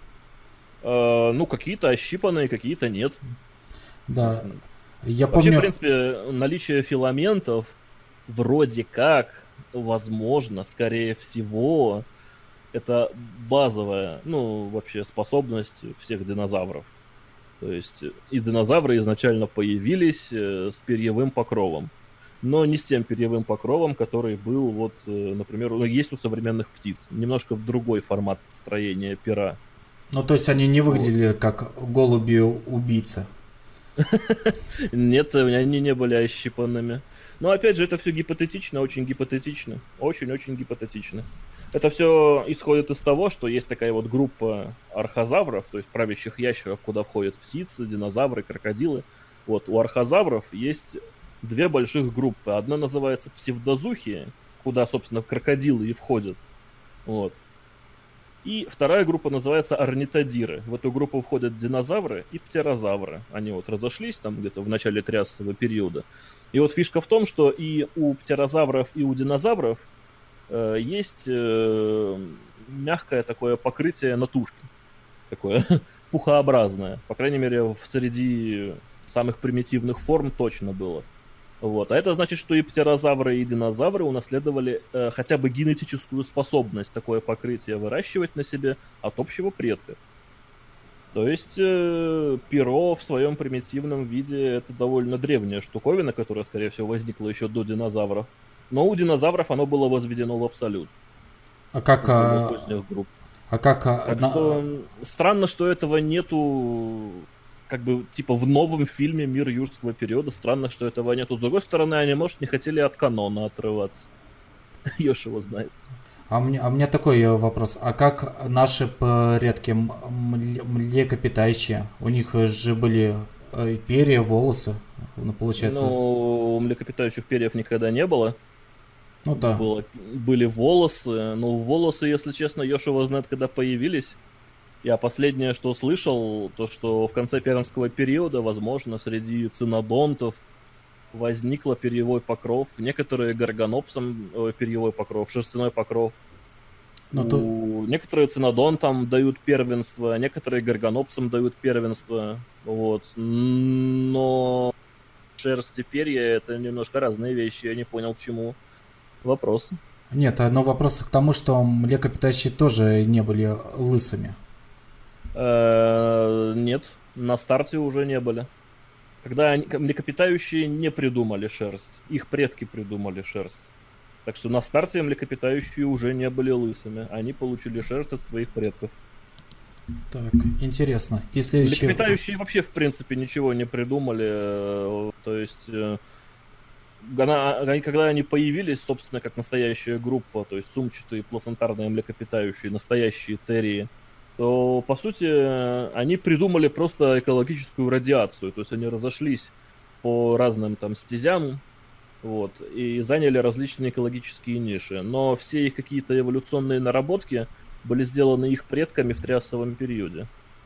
Э, ну, какие-то ощипанные, какие-то нет. Да. Я Вообще, помню... в принципе, наличие филаментов вроде как, возможно, скорее всего, это базовая, ну, вообще способность всех динозавров. То есть и динозавры изначально появились э, с перьевым покровом, но не с тем перьевым покровом, который был, вот, э, например, ну, есть у современных птиц. Немножко другой формат строения пера. Ну, то есть они не выглядели вот как голуби-убийцы. Нет, они не были ощипанными. Но опять же, это все гипотетично, очень гипотетично. Очень-очень гипотетично. Это все исходит из того, что есть такая вот группа архозавров, то есть правящих ящеров, куда входят птицы, динозавры, крокодилы. Вот, у архозавров есть две больших группы. Одна называется псевдозухи, куда, собственно, крокодилы и входят. Вот. И вторая группа называется орнитодиры. В эту группу входят динозавры и птерозавры. Они вот разошлись там где-то в начале триасового периода. И вот фишка в том, что и у птерозавров, и у динозавров э, есть э, мягкое такое покрытие на тушке. Такое пухообразное. По крайней мере, среди самых примитивных форм точно было. Вот. А это значит, что и птерозавры, и динозавры унаследовали э, хотя бы генетическую способность такое покрытие выращивать на себе от общего предка. То есть э, перо в своем примитивном виде это довольно древняя штуковина, которая, скорее всего, возникла еще до динозавров. Но у динозавров оно было возведено в абсолют. А как... А, а как... Так на... что странно, что этого нету... как бы, типа, в новом фильме «Мир юрского периода». Странно, что этого нету. С другой стороны, они, может, не хотели от канона отрываться. Ёж его знает. А у меня, а у меня такой вопрос. А как наши предки млекопитающие? У них же были перья, волосы, ну, получается. Ну, у млекопитающих перьев никогда не было. Ну да. Было, были волосы. Ну, волосы, если честно, Ёж его знает, когда появились. Я последнее, что слышал, то, что в конце пермского периода, возможно, среди цинодонтов возникло перьевой покров. Некоторые горгонопсам э, перьевой покров, шерстяной покров. Но У... то... Некоторые цинодонтам дают первенство, некоторые горгонопсам дают первенство. Вот. Но шерсть и перья — это немножко разные вещи. Я не понял, к чему вопрос. Нет, но вопрос к тому, что млекопитающие тоже не были лысыми. Нет, на старте уже не были. Когда они, млекопитающие не придумали шерсть, их предки придумали шерсть. Так что на старте млекопитающие уже не были лысыми, они получили шерсть от своих предков. Так, интересно. И следующий... Млекопитающие вообще в принципе ничего не придумали, то есть... Они, когда они появились, собственно, как настоящая группа, то есть сумчатые плацентарные млекопитающие, настоящие терии, то, по сути, они придумали просто экологическую радиацию. То есть они разошлись по разным там стезям, Вот, и заняли различные экологические ниши. Но все их какие-то эволюционные наработки были сделаны их предками в триасовом периоде.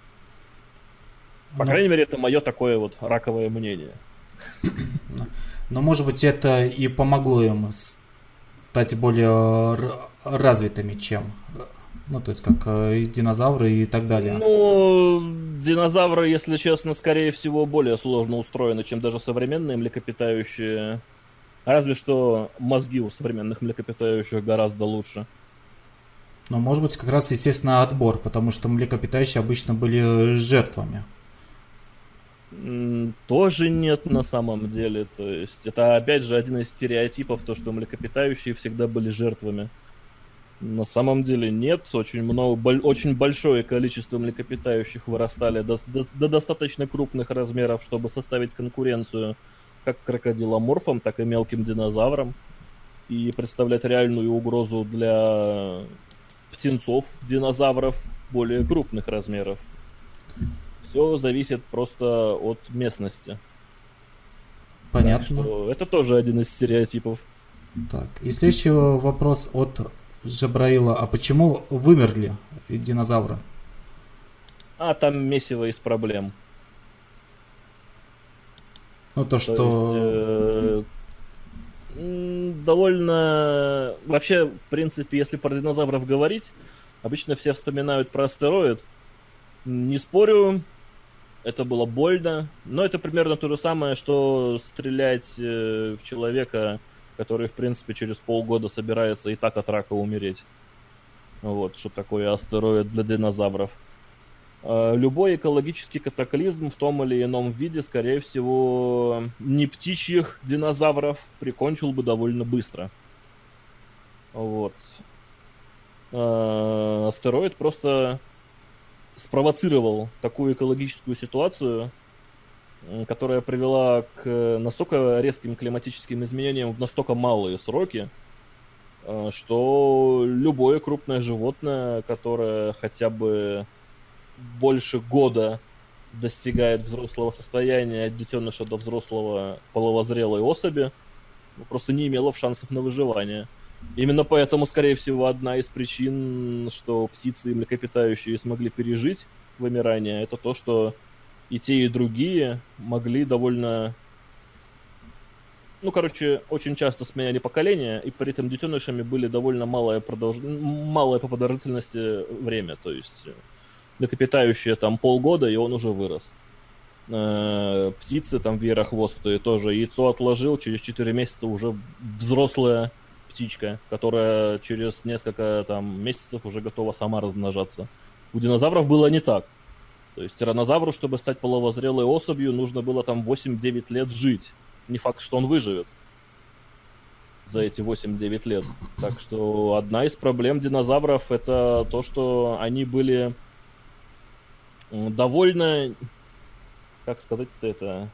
По Но, крайней мере, это мое такое вот раковое мнение. но может быть это и помогло им стать более р- развитыми, чем, ну то есть как э, динозавры и так далее. Ну, динозавры, если честно, скорее всего, более сложно устроены, чем даже современные млекопитающие. Разве что мозги у современных млекопитающих гораздо лучше. Но может быть как раз естественно отбор, потому что млекопитающие обычно были жертвами. М, Тоже нет на самом деле. То есть это опять же один из стереотипов, то, что млекопитающие всегда были жертвами. На самом деле нет. Очень много, боль- очень большое количество млекопитающих вырастали до, до- до достаточно крупных размеров, чтобы составить конкуренцию как крокодиломорфам, так и мелким динозаврам. И представлять реальную угрозу для птенцов динозавров более крупных размеров. Все зависит просто от местности. Так Понятно. что это тоже один из стереотипов. Так, и следующий вопрос от Джабраила. А почему вымерли динозавры? А там месиво из проблем. Ну то, То что... есть, э, м, довольно... Вообще, в принципе, если про динозавров говорить, обычно все вспоминают про астероид. Не спорю, это было больно, но это примерно то же самое, что стрелять э, в человека, который, в принципе, через полгода собирается и так от рака умереть. Вот, что такое астероид для динозавров. Э, Любой экологический катаклизм в том или ином виде, скорее всего, не птичьих динозавров прикончил бы довольно быстро. Вот. Э, Астероид просто спровоцировал такую экологическую ситуацию, м, которая привела к настолько резким климатическим изменениям в настолько малые сроки, э, что любое крупное животное, которое хотя бы больше года достигает взрослого состояния от детеныша до взрослого половозрелой особи, ну, просто не имело шансов на выживание. Именно поэтому, скорее всего, одна из причин, что птицы и млекопитающие смогли пережить вымирание, это то, что и те, и другие могли довольно... Ну, короче, очень часто сменяли поколения, и при этом детенышами были довольно малое, продолж... малое по продолжительности время. То есть млекопитающие там полгода, и он уже вырос. Э, Птицы там веерохвостые тоже яйцо отложил, через четыре месяца уже взрослая птичка, которая через несколько там месяцев уже готова сама размножаться. У динозавров было не так. То есть тираннозавру, чтобы стать половозрелой особью, нужно было там восемь-девять лет жить. Не факт, что он выживет за эти восемь-девять лет. Так что одна из проблем динозавров это то, что они были довольно... Как сказать-то это...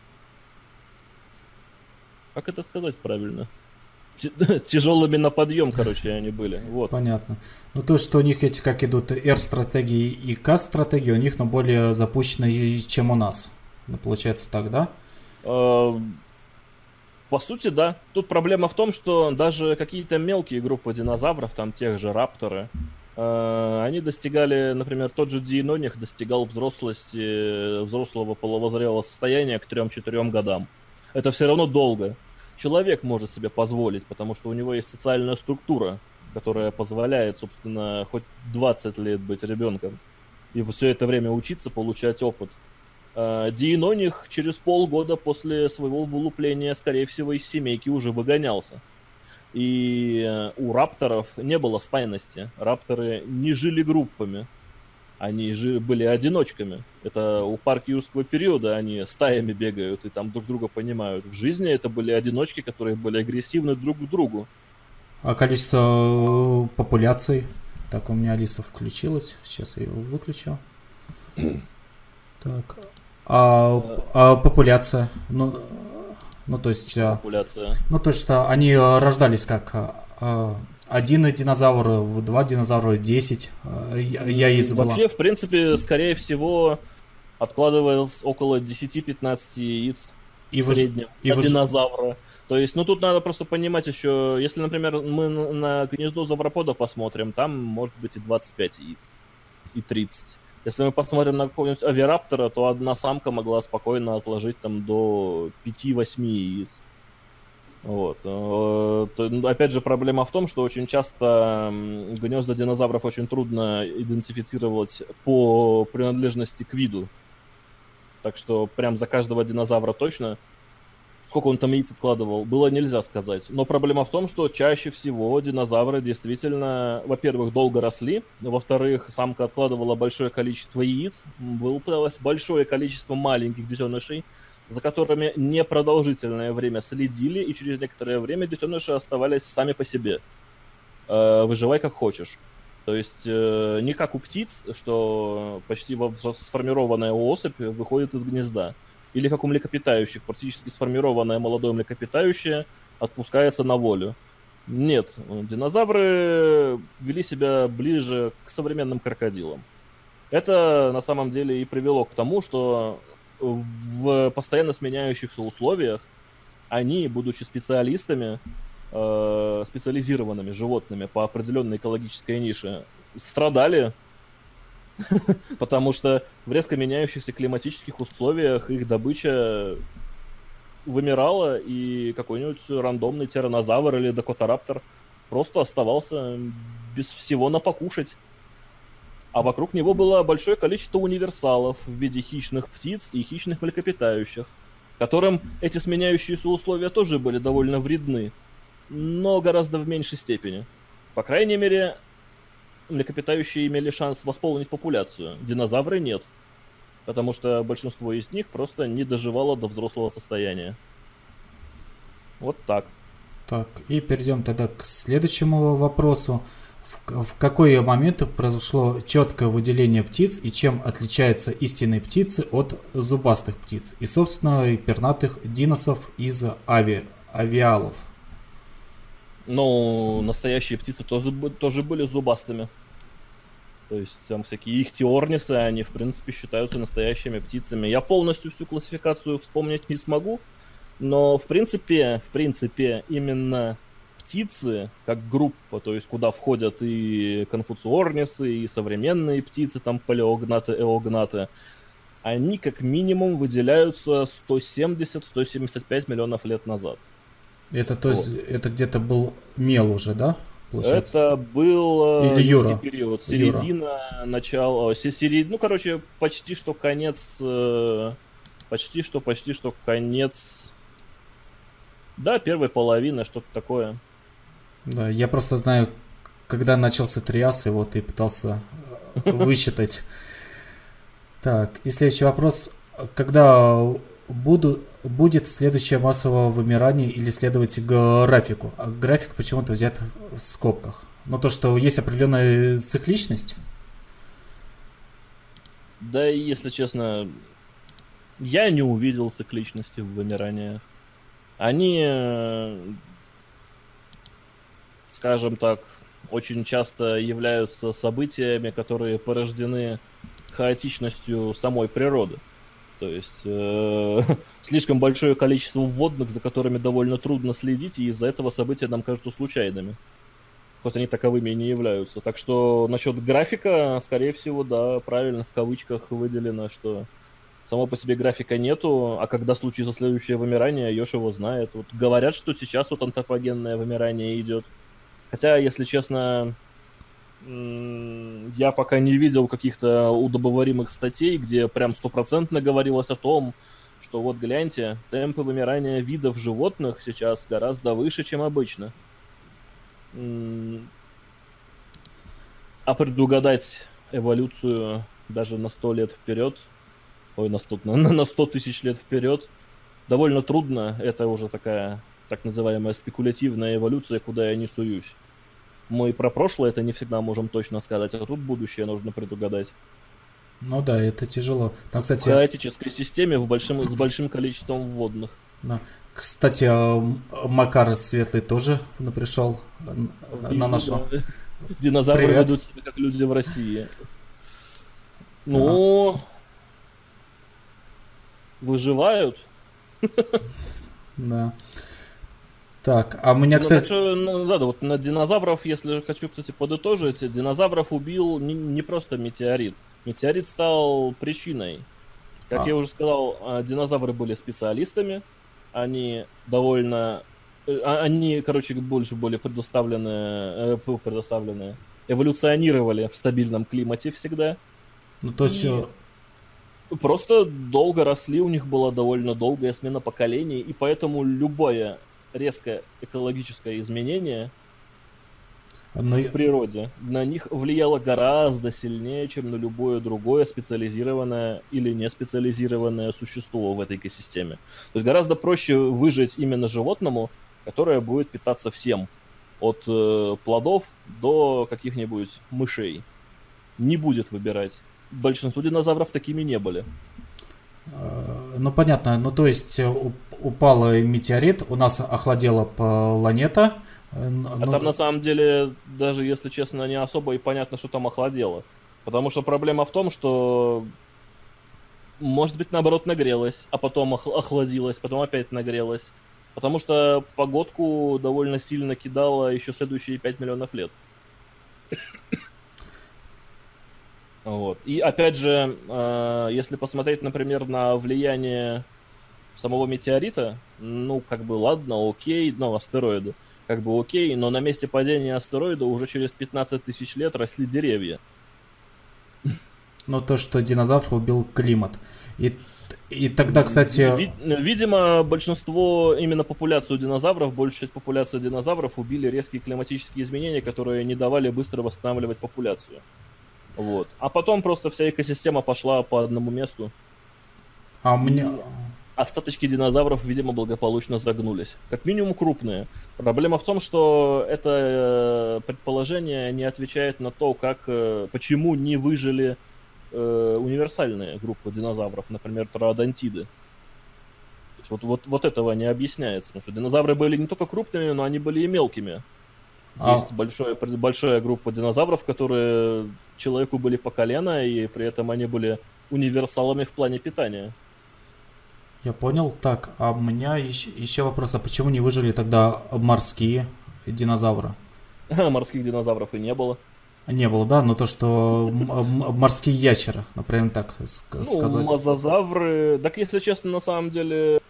Как это сказать правильно? Тяжелыми на подъем, короче, они были. Вот. Понятно. Ну то, что у них эти как идут R-стратегии и K-стратегии, у них, но более запущенные, чем у нас. Ну, получается так, да? По сути, да. Тут проблема в том, что даже какие-то мелкие группы динозавров, там тех же рапторы, они достигали, например, тот же Дииноних достигал взрослости, взрослого половозрелого состояния к трем-четырем годам. Это все равно долго. Человек может себе позволить, потому что у него есть социальная структура, которая позволяет, собственно, хоть двадцать лет быть ребенком. И все это время учиться, получать опыт. Дииноних через полгода после своего вылупления, скорее всего, из семейки уже выгонялся. И у рапторов не было стайности. Рапторы не жили группами. Они же были одиночками. Это у парка юрского периода они стаями бегают и там друг друга понимают. В жизни это были одиночки, которые были агрессивны друг к другу. А количество популяций? Так, у меня Алиса включилась. Сейчас я его выключу. Так. А, а популяция? Ну, ну то есть... Популяция. Ну, то есть, что они рождались как... Один динозавр, два динозавра, десять яиц было. Вообще, в принципе, скорее всего, откладывалось около десять-пятнадцать яиц И в вы, среднем и на вы, динозавра. То есть, ну тут надо просто понимать еще, если, например, мы на гнездо завропода посмотрим, там может быть и двадцать пять яиц, и тридцать. Если мы посмотрим на какого-нибудь авираптора, то одна самка могла спокойно отложить там до пяти-восьми яиц. Вот. Опять же, проблема в том, что очень часто гнезда динозавров очень трудно идентифицировать по принадлежности к виду. Так что прям за каждого динозавра точно, сколько он там яиц откладывал, было нельзя сказать. Но проблема в том, что чаще всего динозавры действительно, во-первых, долго росли, во-вторых, самка откладывала большое количество яиц, вылуплялось большое количество маленьких детенышей, за которыми непродолжительное время следили, и через некоторое время детеныши оставались сами по себе. Э, выживай как хочешь. То есть э, не как у птиц, что почти сформированная особь выходит из гнезда. Или как у млекопитающих, практически сформированное молодое млекопитающее отпускается на волю. Нет, динозавры вели себя ближе к современным крокодилам. Это на самом деле и привело к тому, что в постоянно сменяющихся условиях они, будучи специалистами, э, специализированными животными по определенной экологической нише, страдали, потому что в резко меняющихся климатических условиях их добыча вымирала, и какой-нибудь рандомный тираннозавр или дакотараптор просто оставался без всего на покушать. А вокруг него было большое количество универсалов в виде хищных птиц и хищных млекопитающих, которым эти сменяющиеся условия тоже были довольно вредны, но гораздо в меньшей степени. По крайней мере, млекопитающие имели шанс восполнить популяцию, динозавры нет, потому что большинство из них просто не доживало до взрослого состояния. Вот так. Так, и перейдем тогда к следующему вопросу. В, в какой момент произошло четкое выделение птиц и чем отличаются истинные птицы от зубастых птиц и, собственно, пернатых диносов из ави, авиалов? Ну, настоящие птицы тоже, тоже были зубастыми. То есть там всякие ихтиорнисы, они, в принципе, считаются настоящими птицами. Я полностью всю классификацию вспомнить не смогу, но, в принципе, в принципе, именно птицы как группа, то есть куда входят и конфуциорнисы, и современные птицы, там палеогнаты, эогнаты, они как минимум выделяются сто семьдесят - сто семьдесят пять миллионов лет назад. Это, то есть, вот. Это где-то был мел уже, да? Получается? Это был Или Юра. период, середина, Юра. начало, серед... ну, короче, почти что конец, почти что, почти что конец, да, первой половины, что-то такое. Да, я просто знаю, когда начался триас, и вот и пытался высчитать. Так, и следующий вопрос. Когда буду, будет следующее массовое вымирание или следовать графику? А график почему-то взят в скобках. Но то, что есть определенная цикличность. Да, если честно, я не увидел цикличности в вымираниях. Они, скажем так, очень часто являются событиями, которые порождены хаотичностью самой природы. То есть э, слишком большое количество вводных, за которыми довольно трудно следить, и из-за этого события нам кажутся случайными. Хоть они таковыми и не являются. Так что насчет графика, скорее всего, да, правильно в кавычках выделено, что само по себе графика нету, а когда случится следующее вымирание, Ёж его знает. Вот говорят, что сейчас вот антропогенное вымирание идет. Хотя, если честно, я пока не видел каких-то удобоваримых статей, где прям стопроцентно говорилось о том, что вот гляньте, темпы вымирания видов животных сейчас гораздо выше, чем обычно. А предугадать эволюцию даже на сто лет вперед, ой, на сто, на, на сто тысяч лет вперед, довольно трудно. Это уже такая так называемая спекулятивная эволюция, куда я не суюсь. Мы про прошлое это не всегда можем точно сказать, а тут будущее нужно предугадать. Ну да, это тяжело. Там, кстати... В хаотической системе в большим, с большим количеством вводных. Да. Кстати, Макар Светлый тоже пришел на нашу... Динозавры Привет. ведут себя как люди в России. Ну... Ага. Выживают. Да. Так, а у меня, Ну, кстати... так что, ну, да, да, вот на динозавров, если хочу, кстати, подытожить, динозавров убил не, не просто метеорит. Метеорит стал причиной. Как А, я уже сказал, а, динозавры были специалистами, они довольно... э, а- Они, короче, больше более предоставлены, э, фу, предоставлены, эволюционировали в стабильном климате всегда. ну, то есть... э, И просто долго росли, у них была довольно долгая смена поколений, и поэтому любое резкое экологическое изменение ну, в природе на них влияло гораздо сильнее, чем на любое другое специализированное или не специализированное существо в этой экосистеме. То есть гораздо проще выжить именно животному, которое будет питаться всем, от э, плодов до каких-нибудь мышей. Не будет выбирать. Большинство динозавров такими не были. э, ну, понятно. Ну, то есть, э, уп- упал метеорит, у нас охладела планета. э, н- А там на Ну, самом деле, даже если честно, не особо и понятно, что там охладело. Потому что проблема в том, что может быть, наоборот, нагрелась, а потом ох- охладилась, потом опять нагрелась. Потому что погодку довольно сильно кидало еще следующие пять миллионов лет. Вот. И опять же, э, если посмотреть, например, на влияние самого метеорита, ну, как бы, ладно, окей, ну, астероида, как бы окей, но на месте падения астероида уже через пятнадцать тысяч лет росли деревья. ну, то, что динозавр убил климат. И, и тогда, кстати... Ви- Видимо, большинство, именно популяцию динозавров, большая часть популяции динозавров убили резкие климатические изменения, которые не давали быстро восстанавливать популяцию. Вот. А потом просто вся экосистема пошла по одному месту, А у меня... и остаточки динозавров, видимо, благополучно загнулись. Как минимум крупные. Проблема в том, что это э, предположение не отвечает на то, как, э, почему не выжили э, универсальные группы динозавров, например, троодонтиды. То есть вот, вот, вот этого не объясняется, потому что динозавры были не только крупными, но они были и мелкими. А, Есть большое, большая группа динозавров, которые человеку были по колено, и при этом они были универсалами в плане питания. я понял. Так, а у меня еще, еще вопрос, а почему не выжили тогда морские динозавры? Морских динозавров и не было. Не было, да, но то, что м- м- морские ящеры, например, так ск- Ну, сказать. мозазавры... Так, если честно, на самом деле,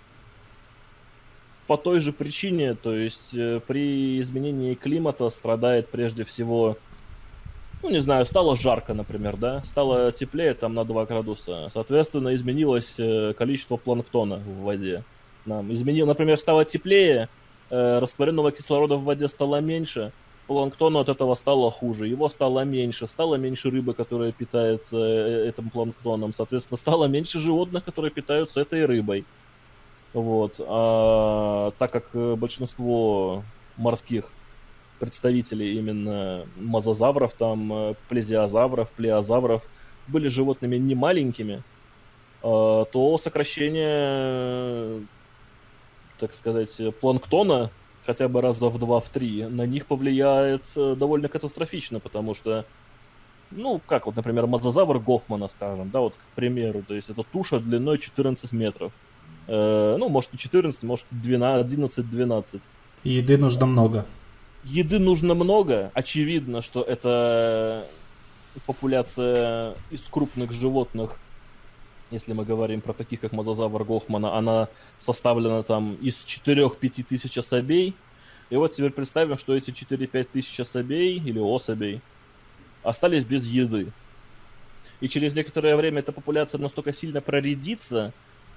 по той же причине, то есть э, при изменении климата страдает прежде всего, ну, не знаю, стало жарко, например, да, стало теплее там на два градуса, соответственно, изменилось э, количество планктона в воде. Нам изменил, например, стало теплее, э, растворенного кислорода в воде стало меньше, планктону от этого стало хуже, его стало меньше, стало меньше рыбы, которая питается э, этим планктоном, соответственно, стало меньше животных, которые питаются этой рыбой. Вот. А так как э, большинство морских представителей именно мозазавров, там, э, плезиозавров, плеозавров были животными не маленькими, а, то сокращение, так сказать, планктона хотя бы раза в два, в три, на них повлияет э, довольно катастрофично, потому что, ну, как вот, например, мозазавр Гофмана, скажем, да, вот, к примеру, то есть это туша длиной четырнадцать метров. Э, ну, может, не четырнадцать, может, двенадцать, одиннадцать-двенадцать. И еды нужно много. Еды нужно много. Очевидно, что это популяция из крупных животных, если мы говорим про таких, как мозазавр Гофмана, она составлена там из четыре-пять тысяч особей. И вот теперь представим, что эти четыре-пять тысяч особей или особей остались без еды. И через некоторое время эта популяция настолько сильно проредится,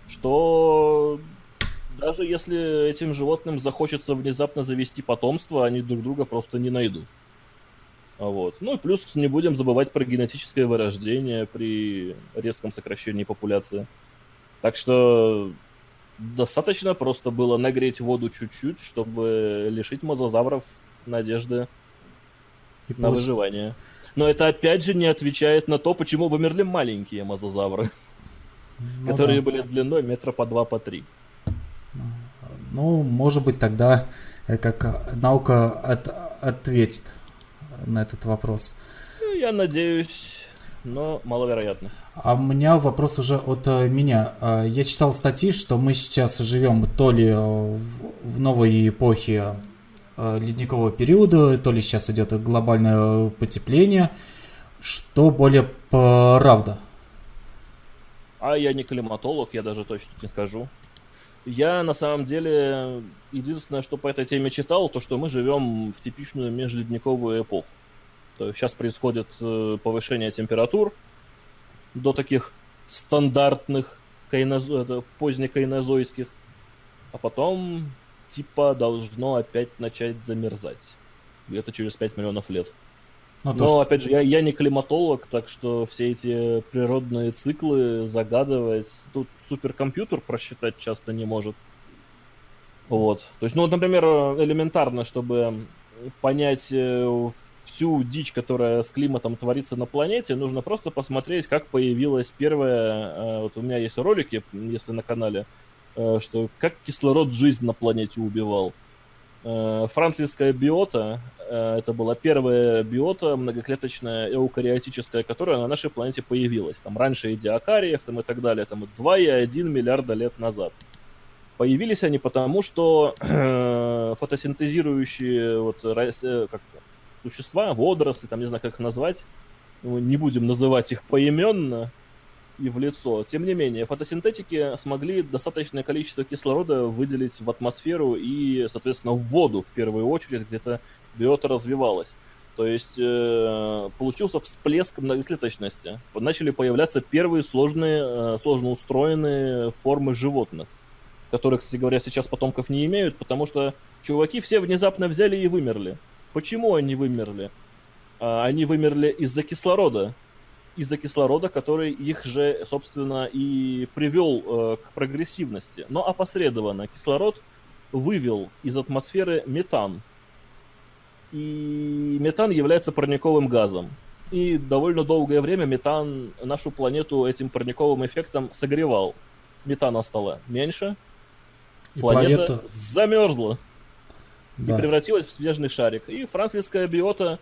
что даже если этим животным захочется внезапно завести потомство, они друг друга просто не найдут. Вот. Ну и плюс не будем забывать про генетическое вырождение при резком сокращении популяции. Так что достаточно просто было нагреть воду чуть-чуть, чтобы лишить мозазавров надежды И на получ- выживание. Но это опять же не отвечает на то, почему вымерли маленькие мозазавры, Ну которые да. были длиной метра по два, по три. Ну, может быть, тогда э, как э, наука от- ответит на этот вопрос. Ну, я надеюсь. но маловероятно. А у меня вопрос уже от э, меня. Э, Я читал статьи, что мы сейчас живем то ли э, в, в новой эпохе э, ледникового периода, то ли сейчас идет глобальное потепление. Что более правда? А я не климатолог, я даже точно не скажу. Я, на самом деле, единственное, что по этой теме читал, то, что мы живем в типичную межледниковую эпоху. То есть сейчас происходит э, повышение температур до таких стандартных кайнозо... это, позднекайнозойских, а потом типа должно опять начать замерзать. Где-то через пять миллионов лет. Ну, то, Но, что... опять же, я, я не климатолог, так что все эти природные циклы загадывать, тут суперкомпьютер просчитать часто не может. Вот. То есть, ну, вот, например, элементарно, чтобы понять э, всю дичь, которая с климатом творится на планете, нужно просто посмотреть, как появилась первая... э, Вот у меня есть ролики, если на канале, э, что как кислород жизнь на планете убивал. Э, Франклинская биота, э, это была первая биота многоклеточная эукариотическая, которая на нашей планете появилась. Там раньше и диакариев, там и так далее, там два и один миллиарда лет назад. Появились они потому, что э, фотосинтезирующие вот, э, как-то, существа, водоросли, там не знаю, как их назвать, не будем называть их поименно и в лицо. Тем не менее, фотосинтетики смогли достаточное количество кислорода выделить в атмосферу и, соответственно, в воду в первую очередь, где-то биота развивалась. То есть э, получился всплеск многоклеточности. Начали появляться первые сложные, э, сложно устроенные формы животных, которые, кстати говоря, сейчас потомков не имеют, потому что чуваки все внезапно взяли и вымерли. Почему они вымерли? А, они вымерли из-за кислорода. Из-за кислорода, который их же, собственно, и привел э, к прогрессивности. Но опосредованно кислород вывел из атмосферы метан. И метан является парниковым газом. И довольно долгое время метан нашу планету этим парниковым эффектом согревал. Метана стало меньше, И планета, планета... замерзла. Да. И превратилась в снежный шарик. И франклинская биота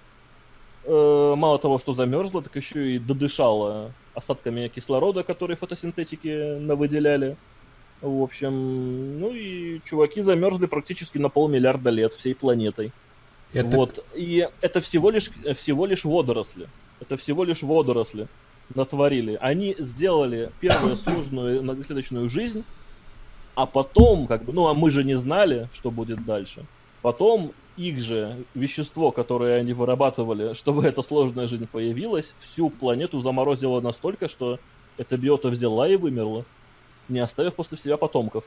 э, мало того, что замерзла, так еще и додышала остатками кислорода, которые фотосинтетики навыделяли. В общем, ну и чуваки замерзли практически на полмиллиарда лет всей планетой. Это... Вот. И это всего лишь, всего лишь водоросли. Это всего лишь водоросли натворили. Они сделали первую сложную многоклеточную жизнь, а потом, как бы, ну а мы же не знали, что будет дальше. Потом их же вещество, которое они вырабатывали, чтобы эта сложная жизнь появилась, всю планету заморозило настолько, что эта биота взяла и вымерла, не оставив после себя потомков.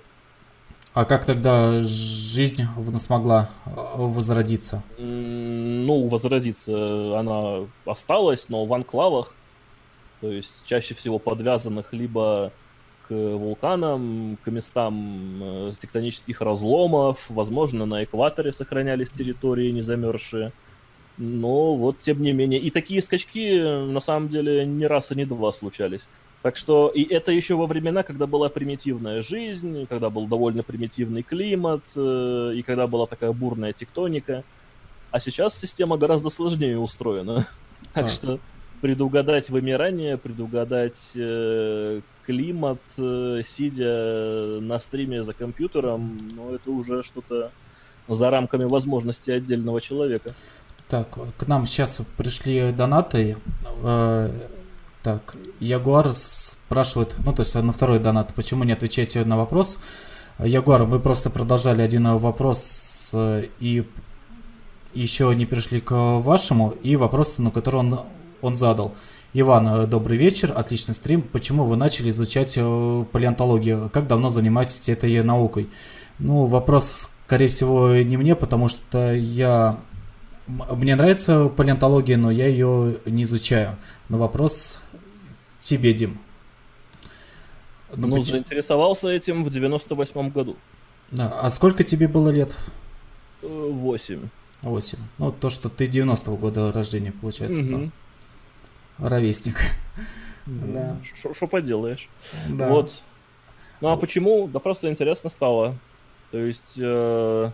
А как тогда жизнь смогла возродиться? Ну, возродиться она осталась, но в анклавах, то есть чаще всего подвязанных либо к вулканам, к местам э, тектонических разломов, возможно, на экваторе сохранялись территории не замерзшие. Но вот, тем не менее, и такие скачки, на самом деле, не раз и не два случались. Так что, и это еще во времена, когда была примитивная жизнь, когда был довольно примитивный климат, э, и когда была такая бурная тектоника. А сейчас система гораздо сложнее устроена. Так что предугадать вымирание, предугадать э, климат, э, сидя на стриме за компьютером, ну, это уже что-то за рамками возможностей отдельного человека. Так, к нам сейчас пришли донаты. Э, так, Ягуар спрашивает, ну, то есть на второй донат, почему не отвечаете на вопрос? Ягуар, мы просто продолжали один вопрос э, и еще не пришли к вашему, и вопрос, на который он, он задал. Иван, добрый вечер, отличный стрим. Почему вы начали изучать палеонтологию? Как давно занимаетесь этой наукой? Ну, вопрос, скорее всего, не мне, потому что я... Мне нравится палеонтология, но я ее не изучаю. Но вопрос тебе, Дим. Ну, ну почему... заинтересовался этим в девяносто восьмом году. Да. А сколько тебе было лет? Восемь. Восемь. Ну, то, что ты девяностого года рождения, получается, угу. Да. Ровесник. Да. Что поделаешь. Да. Вот. Ну, а почему? Да просто интересно стало. То есть, э...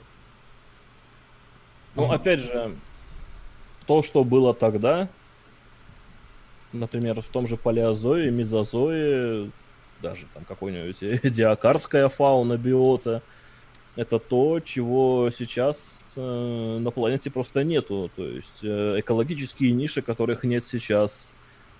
ну, опять же, то, что было тогда, Например, в том же палеозое, мезозое, даже там какой-нибудь диакарская фауна, биота. Это то, чего сейчас э, на планете просто нету. То есть э, экологические ниши, которых нет сейчас.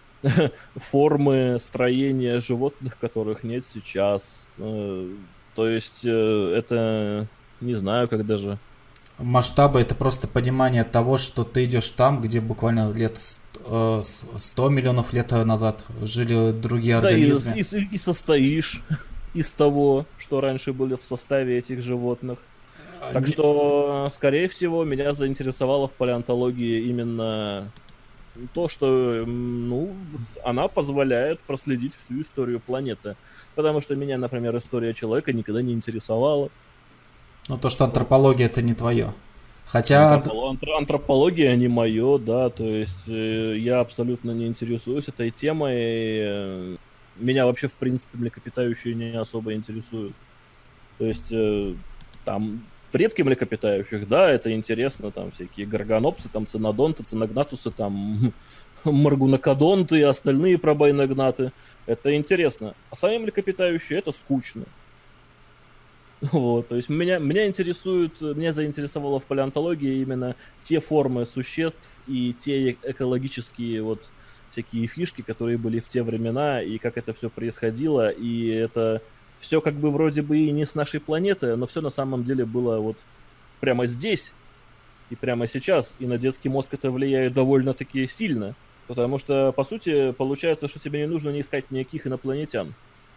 Формы строения животных, которых нет сейчас. Э, то есть э, это... Не знаю, как даже... Масштабы — это просто понимание того, что ты идешь там, где буквально лет сто миллионов лет назад жили другие Да, организмы. и, и, и состоишь из того, что раньше были в составе этих животных. Так Не- что, скорее всего, меня заинтересовало в палеонтологии именно то, что м, ну, она позволяет проследить всю историю планеты. Потому что меня, например, история человека никогда не интересовала. Ну, то, что антропология — это не твое. Хотя... антр- Антрополо- антро- Антропология не мое, да, то есть э, я абсолютно не интересуюсь этой темой. э, Меня вообще, в принципе, млекопитающие не особо интересуют. То есть э, там предки млекопитающих, да, это интересно, там всякие горгонопсы, там цинодонты, циногнатусы, там маргунокодонты и остальные пробайногнаты. Это интересно. А сами млекопитающие — это скучно. Вот, то есть меня, меня интересует, меня заинтересовало в палеонтологии именно те формы существ и те экологические вот всякие фишки, которые были в те времена, и как это все происходило, и это все как бы вроде бы и не с нашей планеты, но все на самом деле было вот прямо здесь и прямо сейчас, и на детский мозг это влияет довольно-таки сильно, потому что, по сути, получается, что тебе не нужно не искать никаких инопланетян.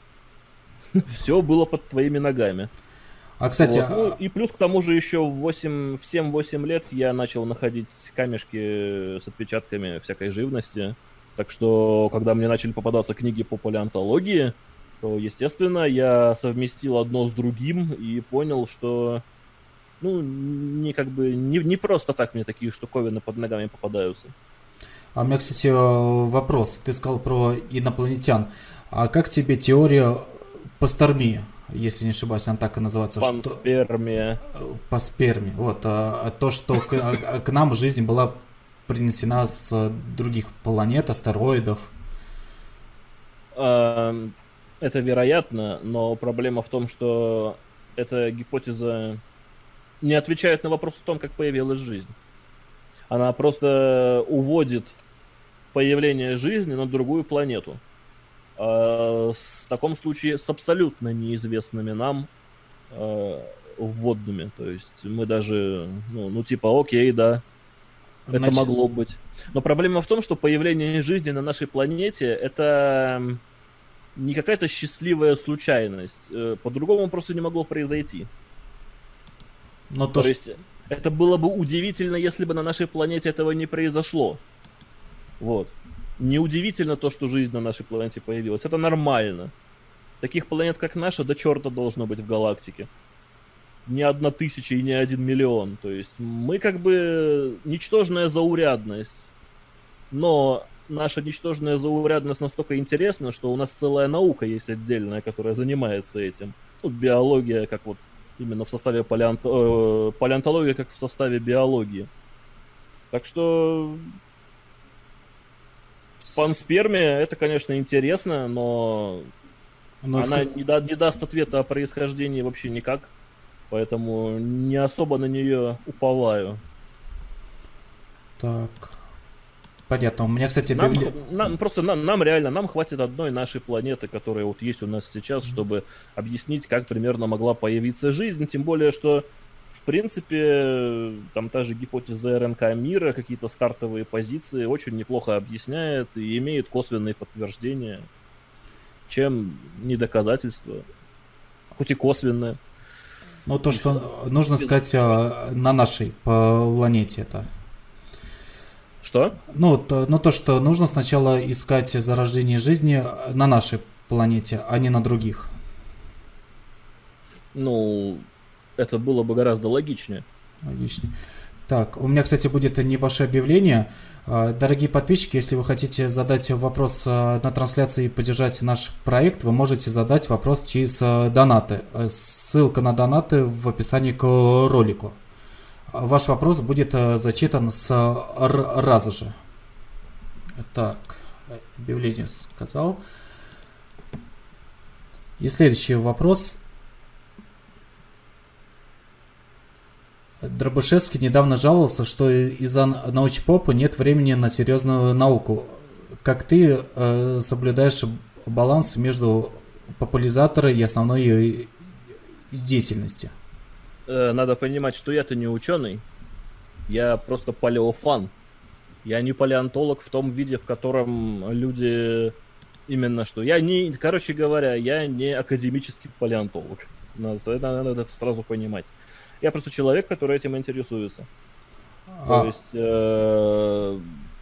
Все было под твоими ногами. А, кстати, Вот. Ну, и плюс к тому же еще в восемь, в семь-восемь лет я начал находить камешки с отпечатками всякой живности. Так что, когда мне начали попадаться книги по палеонтологии, то, естественно, я совместил одно с другим и понял, что ну, не как бы не, не просто так мне такие штуковины под ногами попадаются. а у меня, кстати, вопрос. Ты сказал про инопланетян. А как тебе теория пастермии, если не ошибаюсь, она так и называется? Что... Панспермия. По сперме. Вот. А, а то, что к, а, к нам жизнь была принесена с других планет, астероидов. А, это вероятно, но проблема в том, что эта гипотеза не отвечает на вопрос о том, как появилась жизнь. Она просто уводит появление жизни на другую планету. А в таком случае с абсолютно неизвестными нам э, вводными. То есть мы даже, ну, ну типа, окей, да, это Значит... могло быть. Но проблема в том, что появление жизни на нашей планете — это не какая-то счастливая случайность. По-другому просто не могло произойти. Но то, то что... есть это было бы удивительно, если бы на нашей планете этого не произошло. Вот. Неудивительно то, что жизнь на нашей планете появилась. Это нормально. Таких планет, как наша, до черта должно быть в галактике. Не одна тысяча и не один миллион. То есть мы как бы ничтожная заурядность. Но наша ничтожная заурядность настолько интересна, что у нас целая наука есть отдельная, которая занимается этим. Вот биология, как вот именно в составе палеонт... э, палеонтология, как в составе биологии. Так что панспермия — это, конечно, интересно, но, но она ск... не, да, не даст ответа о происхождении вообще никак. Поэтому не особо на нее уповаю. Так. Понятно. У меня, кстати, нам, бивли... нам просто нам, нам реально нам хватит одной нашей планеты, которая вот есть у нас сейчас, чтобы объяснить, как примерно могла появиться жизнь. Тем более, что в принципе там та же гипотеза РНК мира, какие-то стартовые позиции очень неплохо объясняет и имеет косвенные подтверждения, чем не доказательства, хоть и косвенные. Ну, то, что нужно сказать на нашей планете это. Что? Ну то, ну, то, что нужно сначала искать зарождение жизни на нашей планете, а не на других. Ну, это было бы гораздо логичнее. Логичнее. Так, у меня, кстати, будет небольшое объявление. Дорогие подписчики, если вы хотите задать вопрос на трансляции и поддержать наш проект, вы можете задать вопрос через донаты. Ссылка на донаты в описании к ролику. Ваш вопрос будет зачитан с раза же. Так, объявление сказал. И следующий вопрос. Дробышевский недавно жаловался, что из-за научпопа нет времени на серьезную науку. Как ты э, соблюдаешь баланс между популяризатором и основной ее деятельностью? Надо понимать, что я-то не ученый, я просто палеофан. Я не палеонтолог в том виде, в котором люди именно что. Я не, короче говоря, я не академический палеонтолог. Надо, надо это сразу понимать. Я просто человек, который этим интересуется. А... То есть э,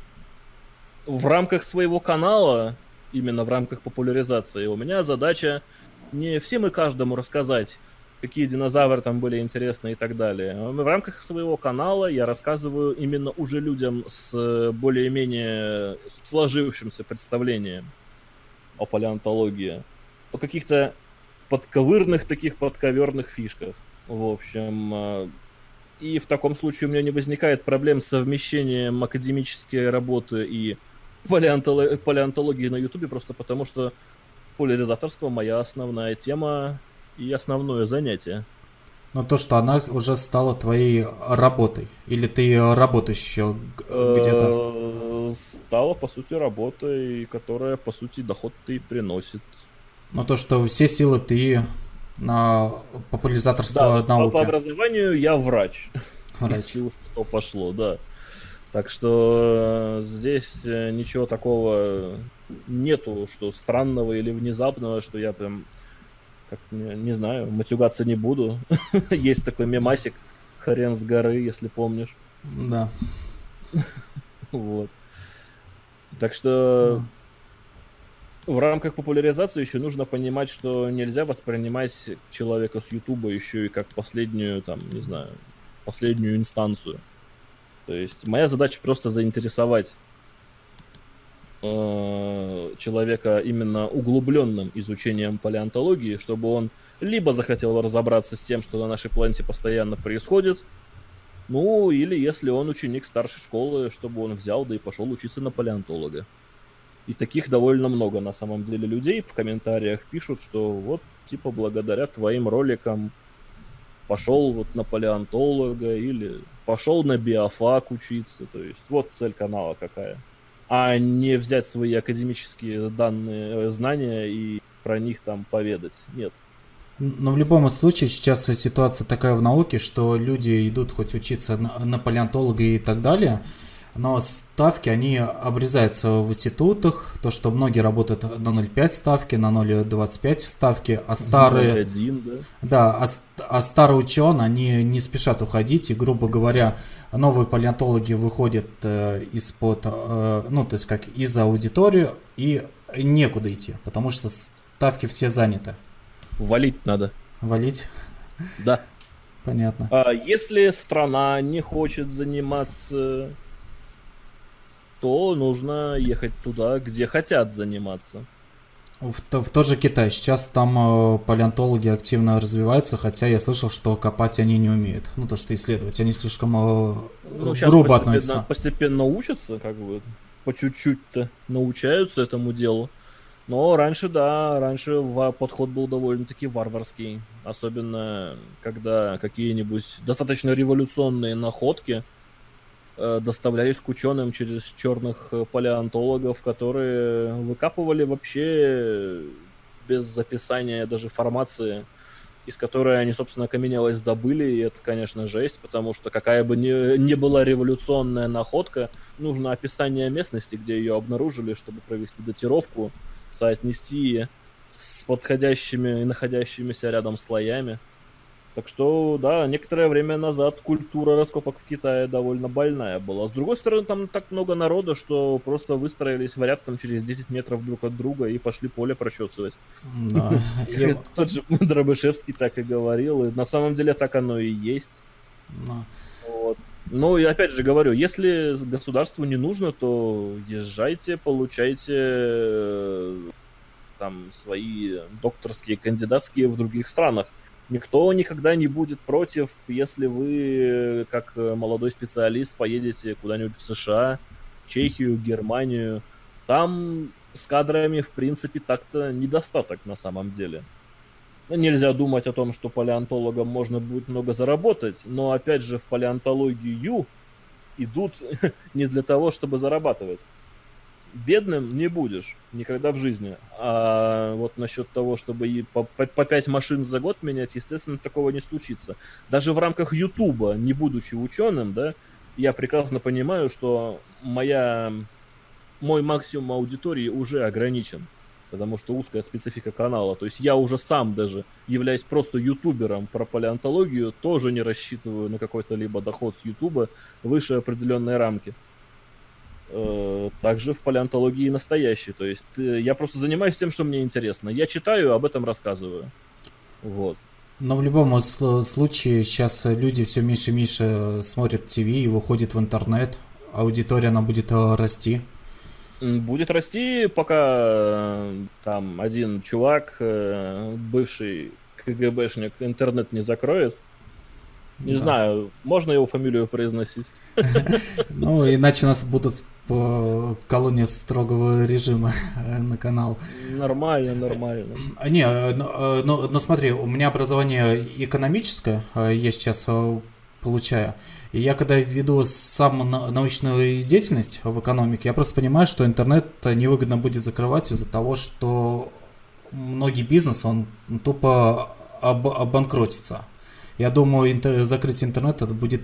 в рамках своего канала, именно в рамках популяризации, у меня задача не всем и каждому рассказать, какие динозавры там были интересны и так далее. В рамках своего канала я рассказываю именно уже людям с более-менее сложившимся представлением о палеонтологии, о каких-то подковырных таких подковерных фишках. В общем, и в таком случае у меня не возникает проблем с совмещением академической работы и палеонтолог... палеонтологии на Ютубе, просто потому что популяризаторство моя основная тема и основное занятие. Но то, что она уже стала твоей работой, или ты работаешь еще где-то? Стала, по сути, работой, которая, по сути, доход-то и приносит. Но то, что все силы ты на популяризаторство да, науки. По образованию я врач. Врач. Если уж что пошло, да. Так что здесь ничего такого нету, что странного или внезапного, что я прям, как не, не знаю, матюгаться не буду. Есть такой мемасик «Хрен с горы», если помнишь. Да. Вот. Так что в рамках популяризации еще нужно понимать, что нельзя воспринимать человека с Ютуба еще и как последнюю, там, не знаю, последнюю инстанцию. То есть моя задача просто заинтересовать э, человека именно углубленным изучением палеонтологии, чтобы он либо захотел разобраться с тем, что на нашей планете постоянно происходит, ну, или если он ученик старшей школы, чтобы он взял, да и пошел учиться на палеонтолога. И таких довольно много, на самом деле, людей в комментариях пишут, что вот, типа, благодаря твоим роликам пошел вот на палеонтолога или пошел на биофак учиться. То есть вот цель канала какая. А не взять свои академические данные, знания и про них там поведать. Нет. Но в любом случае сейчас ситуация такая в науке, что люди идут хоть учиться на, на палеонтолога и так далее, но ставки, они обрезаются в институтах, то, что многие работают на ноль целых пять ставки, на ноль целых двадцать пять ставки, а старые... ноль целых один, да? Да, а, а старые ученые, они не спешат уходить, и, грубо говоря, новые палеонтологи выходят э, из-под, э, ну, то есть как из аудитории, и некуда идти, потому что ставки все заняты. Валить надо. Валить? Да. Понятно. А если страна не хочет заниматься, то нужно ехать туда, где хотят заниматься. В, в тот же Китай. Сейчас там э, палеонтологи активно развиваются, хотя я слышал, что копать они не умеют. Ну, то, что исследовать. Они слишком э, ну, грубо постепенно, относятся. Постепенно учатся, как бы, по чуть-чуть-то научаются этому делу. Но раньше, да, раньше подход был довольно-таки варварский. Особенно, когда какие-нибудь достаточно революционные находки э, доставлялись к ученым через черных палеонтологов, которые выкапывали вообще без описания даже формации, из которой они, собственно, окаменелость добыли. И это, конечно, жесть, потому что какая бы ни, ни была революционная находка, нужно описание местности, где ее обнаружили, чтобы провести датировку, соотнести с подходящими и находящимися рядом слоями. Так что, да, некоторое время назад культура раскопок в Китае довольно больная была. С другой стороны, там так много народа, что просто выстроились в ряд там через десять метров друг от друга и пошли поле прочесывать. Да. Тот же Дробышевский так и говорил, и на самом деле так оно и есть. Вот. Ну и опять же говорю, если государству не нужно, то езжайте, получайте там свои докторские, кандидатские в других странах. Никто никогда не будет против, если вы, как молодой специалист, поедете куда-нибудь в США, Чехию, Германию, там с кадрами, в принципе, так-то недостаток на самом деле. Нельзя думать о том, что палеонтологам можно будет много заработать, но, опять же, в палеонтологию идут не для того, чтобы зарабатывать. Бедным не будешь никогда в жизни. А вот насчет того, чтобы и по, по, по пять машин за год менять, естественно, такого не случится. Даже в рамках Ютуба, не будучи ученым, да, я прекрасно понимаю, что моя, мой максимум аудитории уже ограничен, потому что узкая специфика канала. То есть я уже сам даже, являясь просто ютубером про палеонтологию, тоже не рассчитываю на какой-то либо доход с Ютуба выше определенной рамки. Также в палеонтологии настоящей. То есть я просто занимаюсь тем, что мне интересно. Я читаю, об этом рассказываю. Вот. Но в любом случае сейчас люди все меньше и меньше смотрят ТВ и выходят в интернет. Аудитория, она будет расти. Будет расти, пока там один чувак, бывший КГБшник, интернет не закроет. Не да. знаю, можно его фамилию произносить? Ну, иначе у нас будут колонии строгого режима на канал. Нормально, нормально. Не, но, но, но смотри, у меня образование экономическое, я сейчас получаю. И я когда веду сам научную деятельность в экономике, я просто понимаю, что интернет невыгодно будет закрывать из-за того, что многие бизнесы, он тупо об, обанкротится. Я думаю, интер- закрытие интернета будет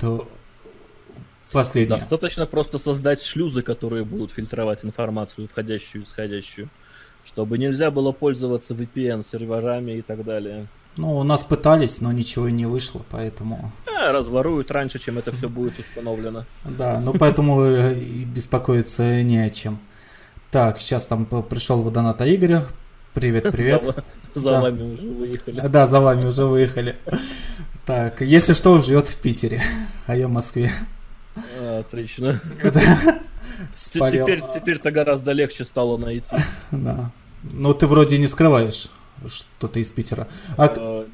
последнее. Достаточно просто создать шлюзы, которые будут фильтровать информацию, входящую и исходящую, чтобы нельзя было пользоваться ви пи эн-серверами и так далее. Ну, у нас пытались, но ничего и не вышло, поэтому... А, разворуют раньше, чем это все будет установлено. Да, ну поэтому и беспокоиться не о чем. Так, сейчас там пришел водонат Игоря. Привет, привет. За, за да. вами уже выехали. Да, за вами уже выехали. Так, если что, он живет в Питере, а я в Москве. А, отлично. Да. Теперь, теперь-то гораздо легче стало найти. Да. Но ты вроде не скрываешь, что ты из Питера. А... А,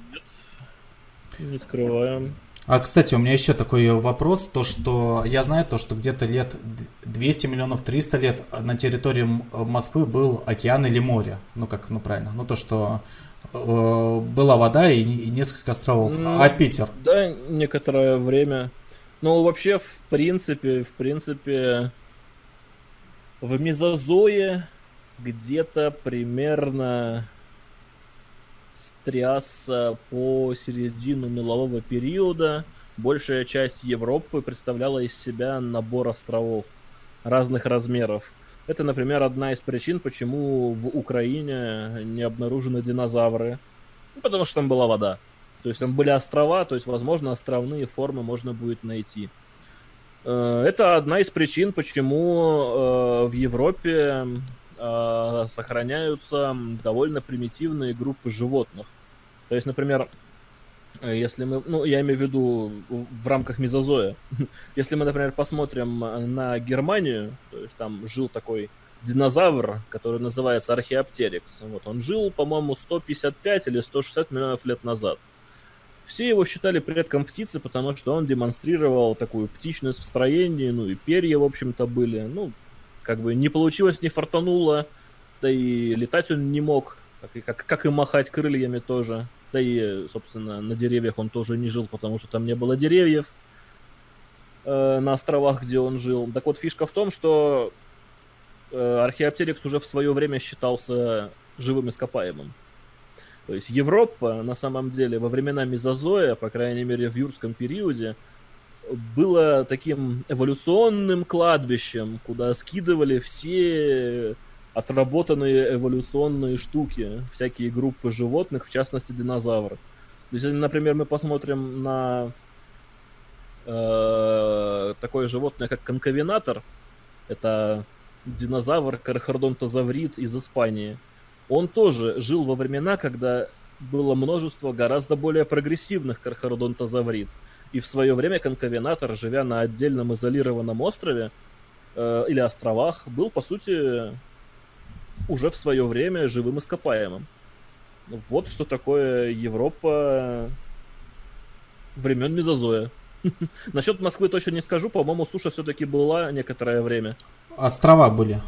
нет, не скрываем. А, кстати, у меня еще такой вопрос, то что я знаю, то, что где-то лет двести миллионов, триста лет на территории Москвы был океан или море, ну как, ну правильно, ну то, что э, была вода и, и несколько островов, ну, а Питер? Да, некоторое время, ну вообще в принципе, в принципе, в мезозое где-то примерно с Триаса по середину мелового периода большая часть Европы представляла из себя набор островов разных размеров. Это, например, одна из причин, почему в Украине не обнаружены динозавры. Ну, потому что там была вода. То есть там были острова, то есть, возможно, островные формы можно будет найти. Это одна из причин, почему в Европе сохраняются довольно примитивные группы животных. То есть, например, если мы, ну, я имею в виду в рамках мезозоя, если мы, например, посмотрим на Германию, то есть там жил такой динозавр, который называется Археоптерикс. Вот, он жил, по-моему, сто пятьдесят пять или сто шестьдесят миллионов лет назад. Все его считали предком птицы, потому что он демонстрировал такую птичность в строении, ну и перья, в общем-то, были, ну, как бы не получилось, не фартануло, да и летать он не мог, как и, как, как и махать крыльями тоже. Да и, собственно, на деревьях он тоже не жил, потому что там не было деревьев э, на островах, где он жил. Так вот, фишка в том, что э, Археоптерикс уже в свое время считался живым ископаемым. То есть Европа, на самом деле, во времена мезозоя, по крайней мере в юрском периоде, было таким эволюционным кладбищем, куда скидывали все отработанные эволюционные штуки, всякие группы животных, в частности динозавры. То есть, например, мы посмотрим на э, такое животное, как конкавенатор, это динозавр кархардонтозаврид из Испании. Он тоже жил во времена, когда было множество гораздо более прогрессивных кархардонтозаврид. И в свое время конкавенатор, живя на отдельном изолированном острове э, или островах, был, по сути, уже в свое время живым ископаемым. Вот что такое Европа времен мезозоя. Насчет Москвы точно не скажу, по-моему, суша все-таки была некоторое время. Острова были.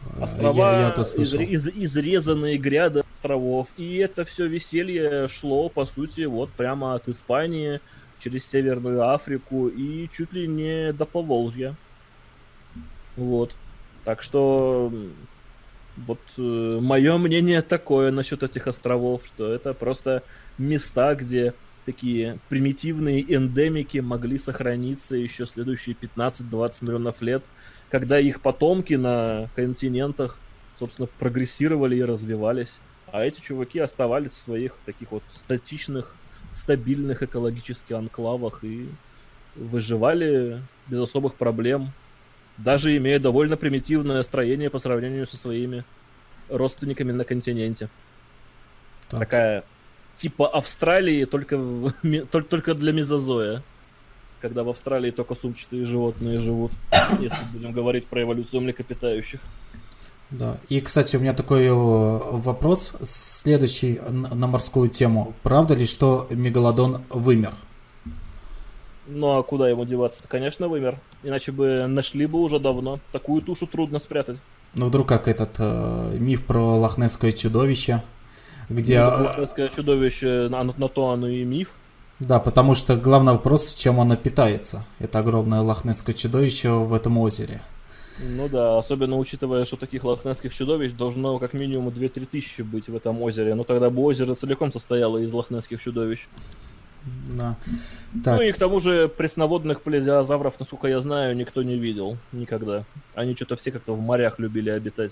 Острова, Я, я это слышал. из, из, изрезанные гряды островов. И это все веселье шло, по сути, вот прямо от Испании через Северную Африку и чуть ли не до Поволжья. Вот. Так что вот э, мое мнение такое насчет этих островов, что это просто места, где такие примитивные эндемики могли сохраниться еще следующие пятнадцать-двадцать миллионов лет, когда их потомки на континентах, собственно, прогрессировали и развивались, а эти чуваки оставались в своих таких вот статичных, стабильных экологических анклавах и выживали без особых проблем, даже имея довольно примитивное строение по сравнению со своими родственниками на континенте. Так. Такая типа Австралии, только, в, только, только для мезозоя. Когда в Австралии только сумчатые животные живут, если будем говорить про эволюцию млекопитающих. Да. И, кстати, у меня такой вопрос, следующий на морскую тему. Правда ли, что мегалодон вымер? Ну, а куда ему деваться-то? Конечно, вымер. Иначе бы нашли бы уже давно. Такую тушу трудно спрятать. Ну, вдруг как этот э, миф про лохнесское чудовище, где... Ну, лохнесское чудовище, на, на то оно и миф. Да, потому что главный вопрос, чем оно питается. Это огромное лохнесское чудовище в этом озере. Ну да, особенно учитывая, что таких лохнесских чудовищ должно как минимум две-три тысячи быть в этом озере. Ну тогда бы озеро целиком состояло из лохнесских чудовищ. Да. Так. Ну и к тому же пресноводных плезиозавров, насколько я знаю, никто не видел никогда. Они что-то все как-то в морях любили обитать.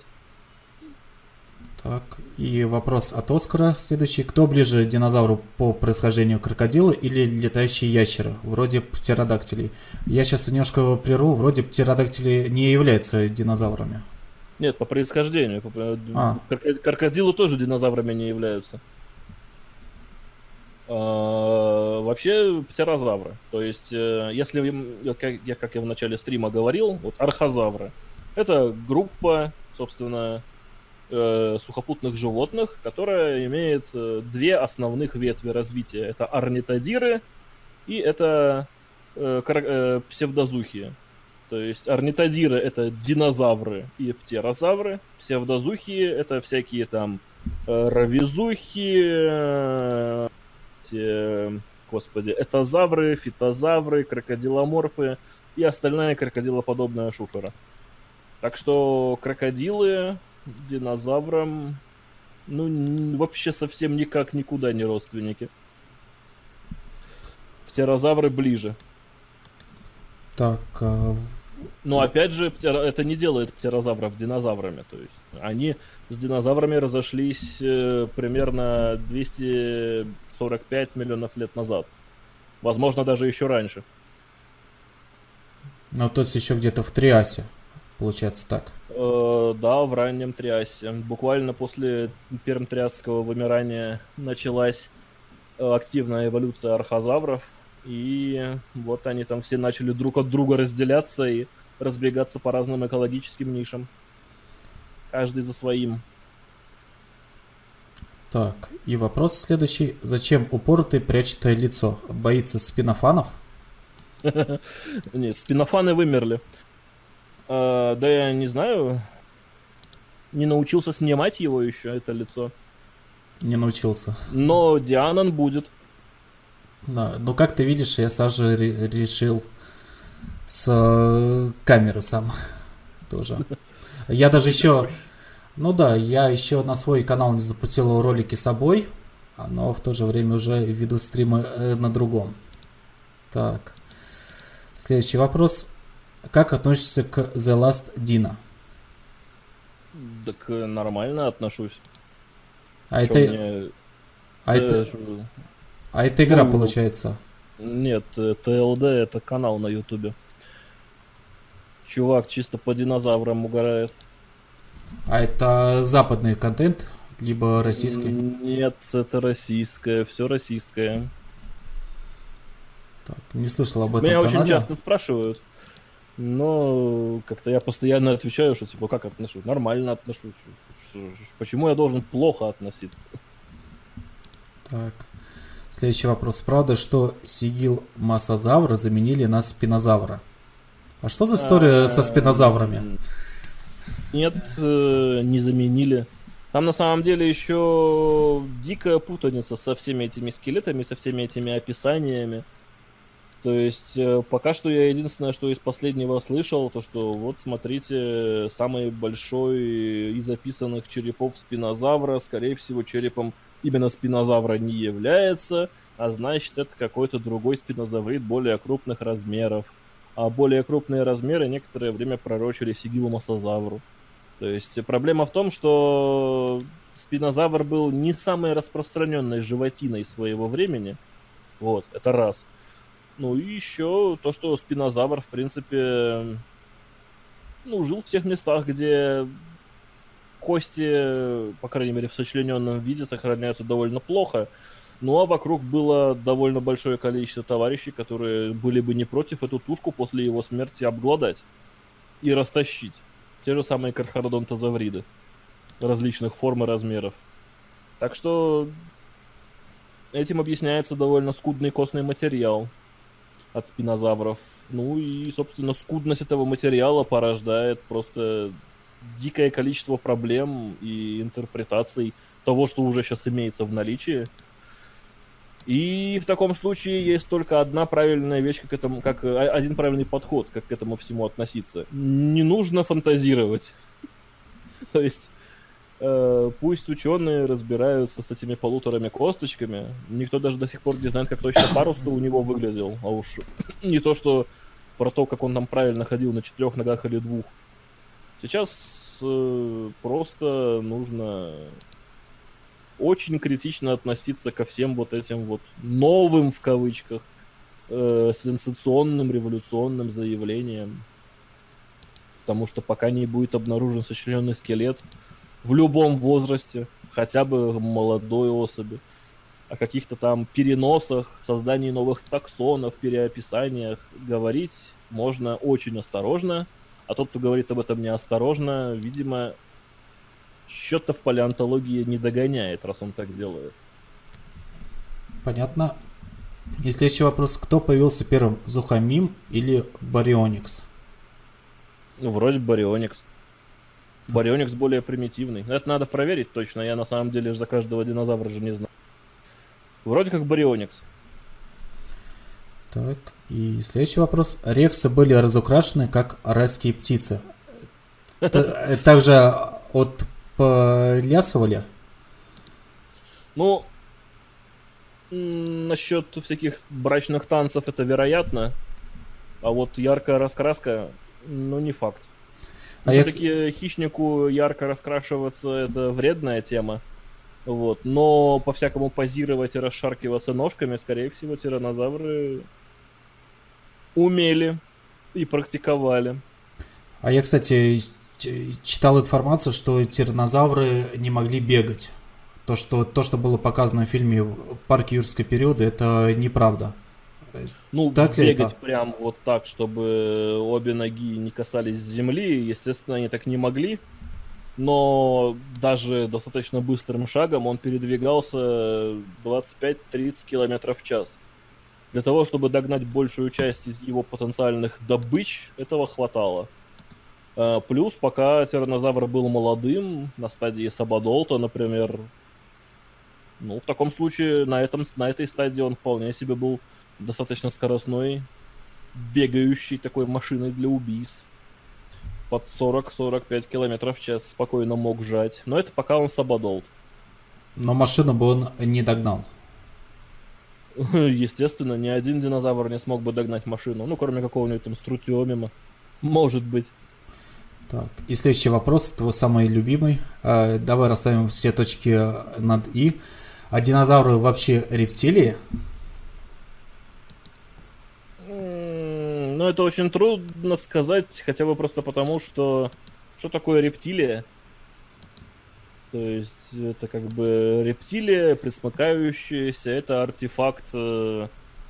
Так, и вопрос от Оскара следующий. Кто ближе динозавру по происхождению, крокодилы или летающие ящеры, вроде птеродактилей? Я сейчас немножко прерву, вроде птеродактили не являются динозаврами. Нет, по происхождению. А. Крокодилы тоже динозаврами не являются. А, вообще птерозавры. То есть, если, как я, как я в начале стрима говорил, вот архозавры. Это группа, собственно, сухопутных животных, которая имеет две основных ветви развития. Это орнитодиры и это э, э, псевдозухи. То есть орнитодиры — это динозавры и птерозавры, псевдозухи — это всякие там э, равизухи, э, э, господи, этозавры, фитозавры, крокодиломорфы и остальная крокодилоподобная шушера. Так что крокодилы динозаврам, ну, вообще совсем никак никуда не родственники. Птерозавры ближе. Так. А... Но опять же, это не делает птерозавров динозаврами. То есть они с динозаврами разошлись примерно двести сорок пять миллионов лет назад. Возможно, даже еще раньше. Но то есть еще где-то в Триасе. Получается так. Э, да, в раннем Триасе. Буквально после пермтриасского вымирания началась активная эволюция архозавров. И вот они там все начали друг от друга разделяться и разбегаться по разным экологическим нишам. Каждый за своим. Так, и вопрос следующий. Зачем упоротый прячет лицо? Боится спинофанов? Нет, спинофаны вымерли. Uh, да я не знаю, не научился снимать его еще, это лицо. Не научился. Но Дианон будет. Да, ну как ты видишь, я сразу же ре- решил с камеры сам тоже. Я даже еще, ну да, я еще на свой канал не запустил ролики с собой, но в то же время уже веду стримы на другом. Так, следующий вопрос. Как относишься к The Last Dino? Так нормально отношусь. А это... Мне... А, это... а это игра, ну, получается? Нет, ТЛД — это канал на Ютубе. Чувак чисто по динозаврам угорает. А это западный контент, либо российский? Нет, это российское, все российское. Так, не слышал об этом Меня канале. Очень часто спрашивают. Но как-то я постоянно отвечаю, что типа как отношусь? Нормально отношусь. Почему я должен плохо относиться? Так. Следующий вопрос. Правда, что сигилмасозавра заменили на спинозавра? А что за история со спинозаврами? Нет, э, не заменили. Там на самом деле еще дикая путаница со всеми этими скелетами, со всеми этими описаниями. То есть э, пока что я единственное, что из последнего слышал, то что вот смотрите, самый большой из описанных черепов спинозавра, скорее всего, черепом именно спинозавра не является, а значит это какой-то другой спинозаврид более крупных размеров. А более крупные размеры некоторое время пророчили сигиломосозавру. То есть проблема в том, что спинозавр был не самой распространенной животиной своего времени. Вот, это раз. Ну и еще то, что спинозавр, в принципе, ну, жил в тех местах, где кости, по крайней мере, в сочлененном виде сохраняются довольно плохо. Ну а вокруг было довольно большое количество товарищей, которые были бы не против эту тушку после его смерти обглодать и растащить. Те же самые кархародонтозавриды различных форм и размеров. Так что этим объясняется довольно скудный костный материал от спинозавров. Ну и, собственно, скудность этого материала порождает просто дикое количество проблем и интерпретаций того, что уже сейчас имеется в наличии. И в таком случае есть только одна правильная вещь, как этому, как один правильный подход, как к этому всему относиться. Не нужно фантазировать. То есть э, пусть ученые разбираются с этими полуторами косточками. Никто даже до сих пор не знает, как точно парус-то у него выглядел. А уж не то, что про то, как он там правильно ходил на четырех ногах или двух. Сейчас э, просто нужно очень критично относиться ко всем вот этим вот новым, в кавычках, э, сенсационным, революционным заявлениям. Потому что пока не будет обнаружен сочлененный скелет в любом возрасте, хотя бы молодой особи, о каких-то там переносах, создании новых таксонов, переописаниях говорить можно очень осторожно, а тот, кто говорит об этом неосторожно, видимо, что-то в палеонтологии не догоняет, раз он так делает. Понятно. И следующий вопрос. Кто появился первым, Зухамим или Барионикс? Ну, вроде Барионикс. Барионикс более примитивный. Это надо проверить точно. Я на самом деле за каждого динозавра же не знаю. Вроде как Барионикс. Так, и следующий вопрос. Рексы были разукрашены, как райские птицы. Также от плясывали? Ну, насчет всяких брачных танцев это вероятно. А вот яркая раскраска, ну, не факт. А все-таки я... хищнику ярко раскрашиваться это вредная тема. Вот. Но по-всякому позировать и расшаркиваться ножками, скорее всего, тираннозавры умели и практиковали. А я, кстати, читал информацию, что тираннозавры не могли бегать. То, что, то, что было показано в фильме «Парк юрского периода», это неправда. Ну, так бегать прям вот так, чтобы обе ноги не касались земли, естественно, они так не могли. Но даже достаточно быстрым шагом он передвигался двадцать пять-тридцать километров в час. Для того, чтобы догнать большую часть из его потенциальных добыч, этого хватало. Плюс, пока тираннозавр был молодым, на стадии Сабадолта, например, ну, в таком случае на, этом, на этой стадии он вполне себе был достаточно скоростной, бегающей такой машиной для убийств. Под сорок-сорок пять километров в час спокойно мог жать. Но это пока он Сабадолт. Но машину бы он не догнал. Естественно, ни один динозавр не смог бы догнать машину. Ну, кроме какого-нибудь там струтиомима. Может быть. Так, и следующий вопрос, твой самый любимый. Э, давай расставим все точки над «и». А динозавры вообще рептилии? Ну, это очень трудно сказать, хотя бы просто потому, что... Что такое рептилия? То есть, это как бы рептилия, пресмыкающаяся, это артефакт... Э,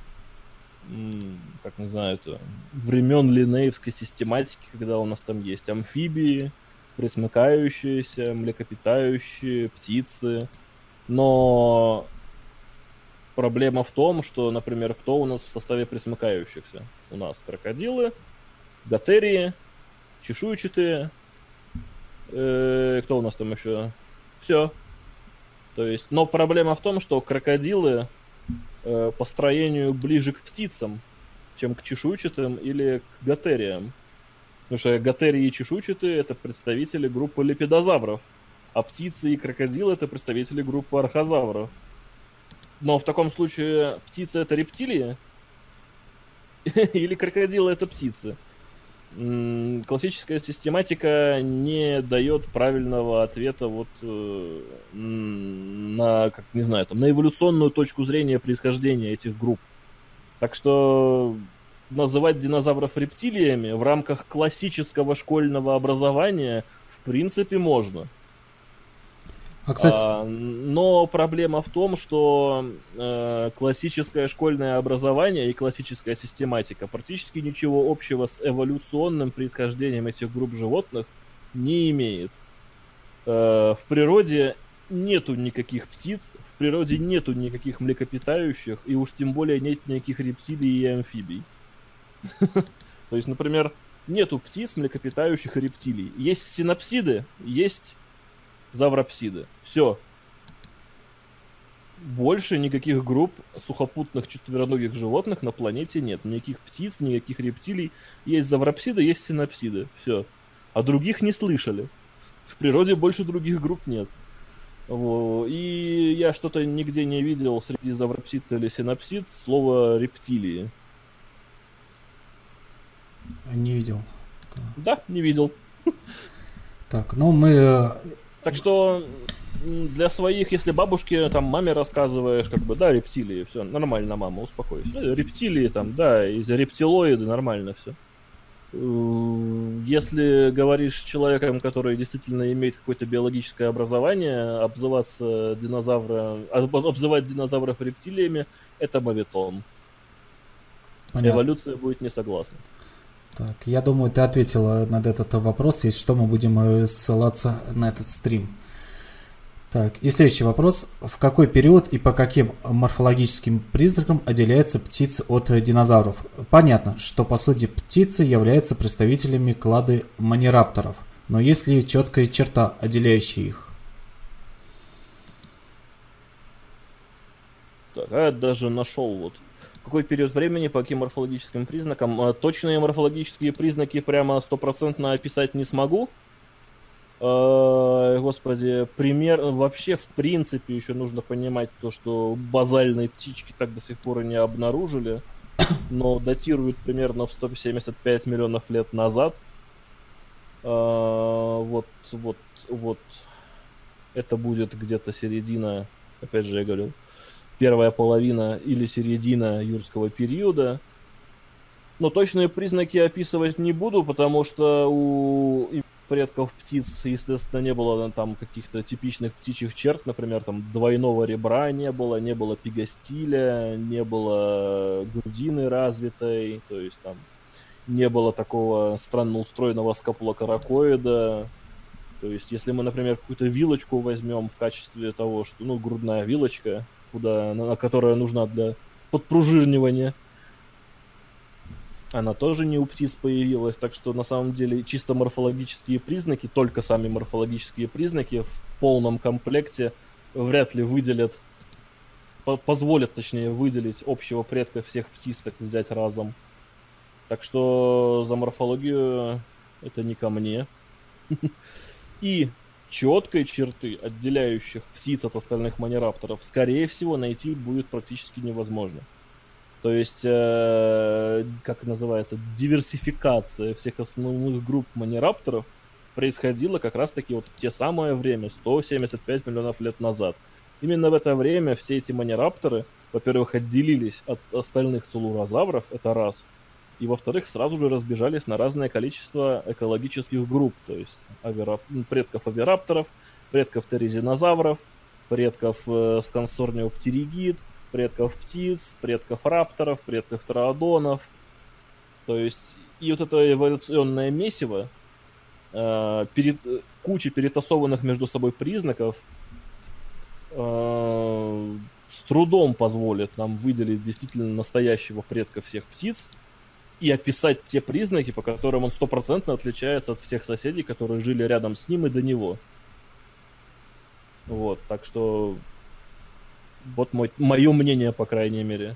как не знаю, это времен линнеевской систематики, когда у нас там есть амфибии, пресмыкающиеся, млекопитающие, птицы. Но проблема в том, что, например, кто у нас в составе пресмыкающихся? У нас крокодилы, готерии, чешуйчатые, Э, кто у нас там еще? Все. То есть, но проблема в том, что крокодилы э, по строению ближе к птицам, чем к чешуйчатым или к готериям. Потому что готерии и чешуйчатые — это представители группы лепидозавров, а птицы и крокодилы — это представители группы архозавров. Но в таком случае птица — это рептилии? Или крокодилы — это птицы? Классическая систематика не дает правильного ответа вот э, на, как не знаю, там, на эволюционную точку зрения происхождения этих групп. Так что называть динозавров рептилиями в рамках классического школьного образования в принципе можно. А, кстати... а, но проблема в том, что э, классическое школьное образование и классическая систематика практически ничего общего с эволюционным происхождением этих групп животных не имеет. Э, в природе нету никаких птиц, в природе нету никаких млекопитающих, и уж тем более нет никаких рептилий и амфибий. То есть, например, нету птиц, млекопитающих и рептилий. Есть синапсиды, есть завропсиды. Все. Больше никаких групп сухопутных четвероногих животных на планете нет. Никаких птиц, никаких рептилий. Есть завропсиды, есть синапсиды. Все. А других не слышали. В природе больше других групп нет. Во. И я что-то нигде не видел среди завропсид или синапсид слово рептилии. Не видел. Да, не видел. Так, ну мы... Так что для своих, если бабушке, там, маме рассказываешь, как бы, да, рептилии, все, нормально, мама, успокойся. Рептилии, там, да, из рептилоиды, нормально все. Если говоришь с человеком, который действительно имеет какое-то биологическое образование, обзываться динозавра, обзывать динозавров рептилиями, это моветон. Понятно. Эволюция будет не согласна. Так, я думаю, ты ответила на этот вопрос, если что, мы будем ссылаться на этот стрим. Так, и следующий вопрос. В какой период и по каким морфологическим признакам отделяются птицы от динозавров? Понятно, что по сути птицы являются представителями клады манирапторов, но есть ли четкая черта, отделяющая их? Так, а я даже нашел вот. Какой период времени, по каким морфологическим признакам? Точные морфологические признаки прямо стопроцентно описать не смогу. Господи, пример... Вообще, в принципе, еще нужно понимать то, что базальные птички так до сих пор и не обнаружили, но датируют примерно в сто семьдесят пять миллионов лет назад. Вот, вот, вот. Это будет где-то середина, опять же, я говорил, первая половина или середина юрского периода. Но точные признаки описывать не буду, потому что у предков птиц, естественно, не было там каких-то типичных птичьих черт, например, там двойного ребра не было, не было пигостиля, не было грудины развитой, то есть там не было такого странно устроенного скапулокоракоида. То есть если мы, например, какую-то вилочку возьмем в качестве того, что, ну, грудная вилочка, куда, на, которая нужна для подпружинивания, она тоже не у птиц появилась, так что на самом деле чисто морфологические признаки, только сами морфологические признаки в полном комплекте вряд ли выделят, по- позволят, точнее, выделить общего предка всех птиц, так взять разом. Так что за морфологию это не ко мне. И четкой черты, отделяющих птиц от остальных манирапторов, скорее всего, найти будет практически невозможно. То есть, э, как называется, диверсификация всех основных групп манирапторов происходила как раз-таки вот в те самое время, сто семьдесят пять миллионов лет назад. Именно в это время все эти манирапторы, во-первых, отделились от остальных сулурозавров, это раз, и, во-вторых, сразу же разбежались на разное количество экологических групп, то есть авирап... предков авирапторов, предков терезинозавров, предков э, скансорниоптеригид, предков птиц, предков рапторов, предков тороодонов. То есть, и вот это эволюционное месиво, э, перед, куча перетасованных между собой признаков э, с трудом позволит нам выделить действительно настоящего предка всех птиц. и описать те признаки, по которым он стопроцентно отличается от всех соседей, которые жили рядом с ним и до него. Вот, так что вот мой, мое мнение, по крайней мере.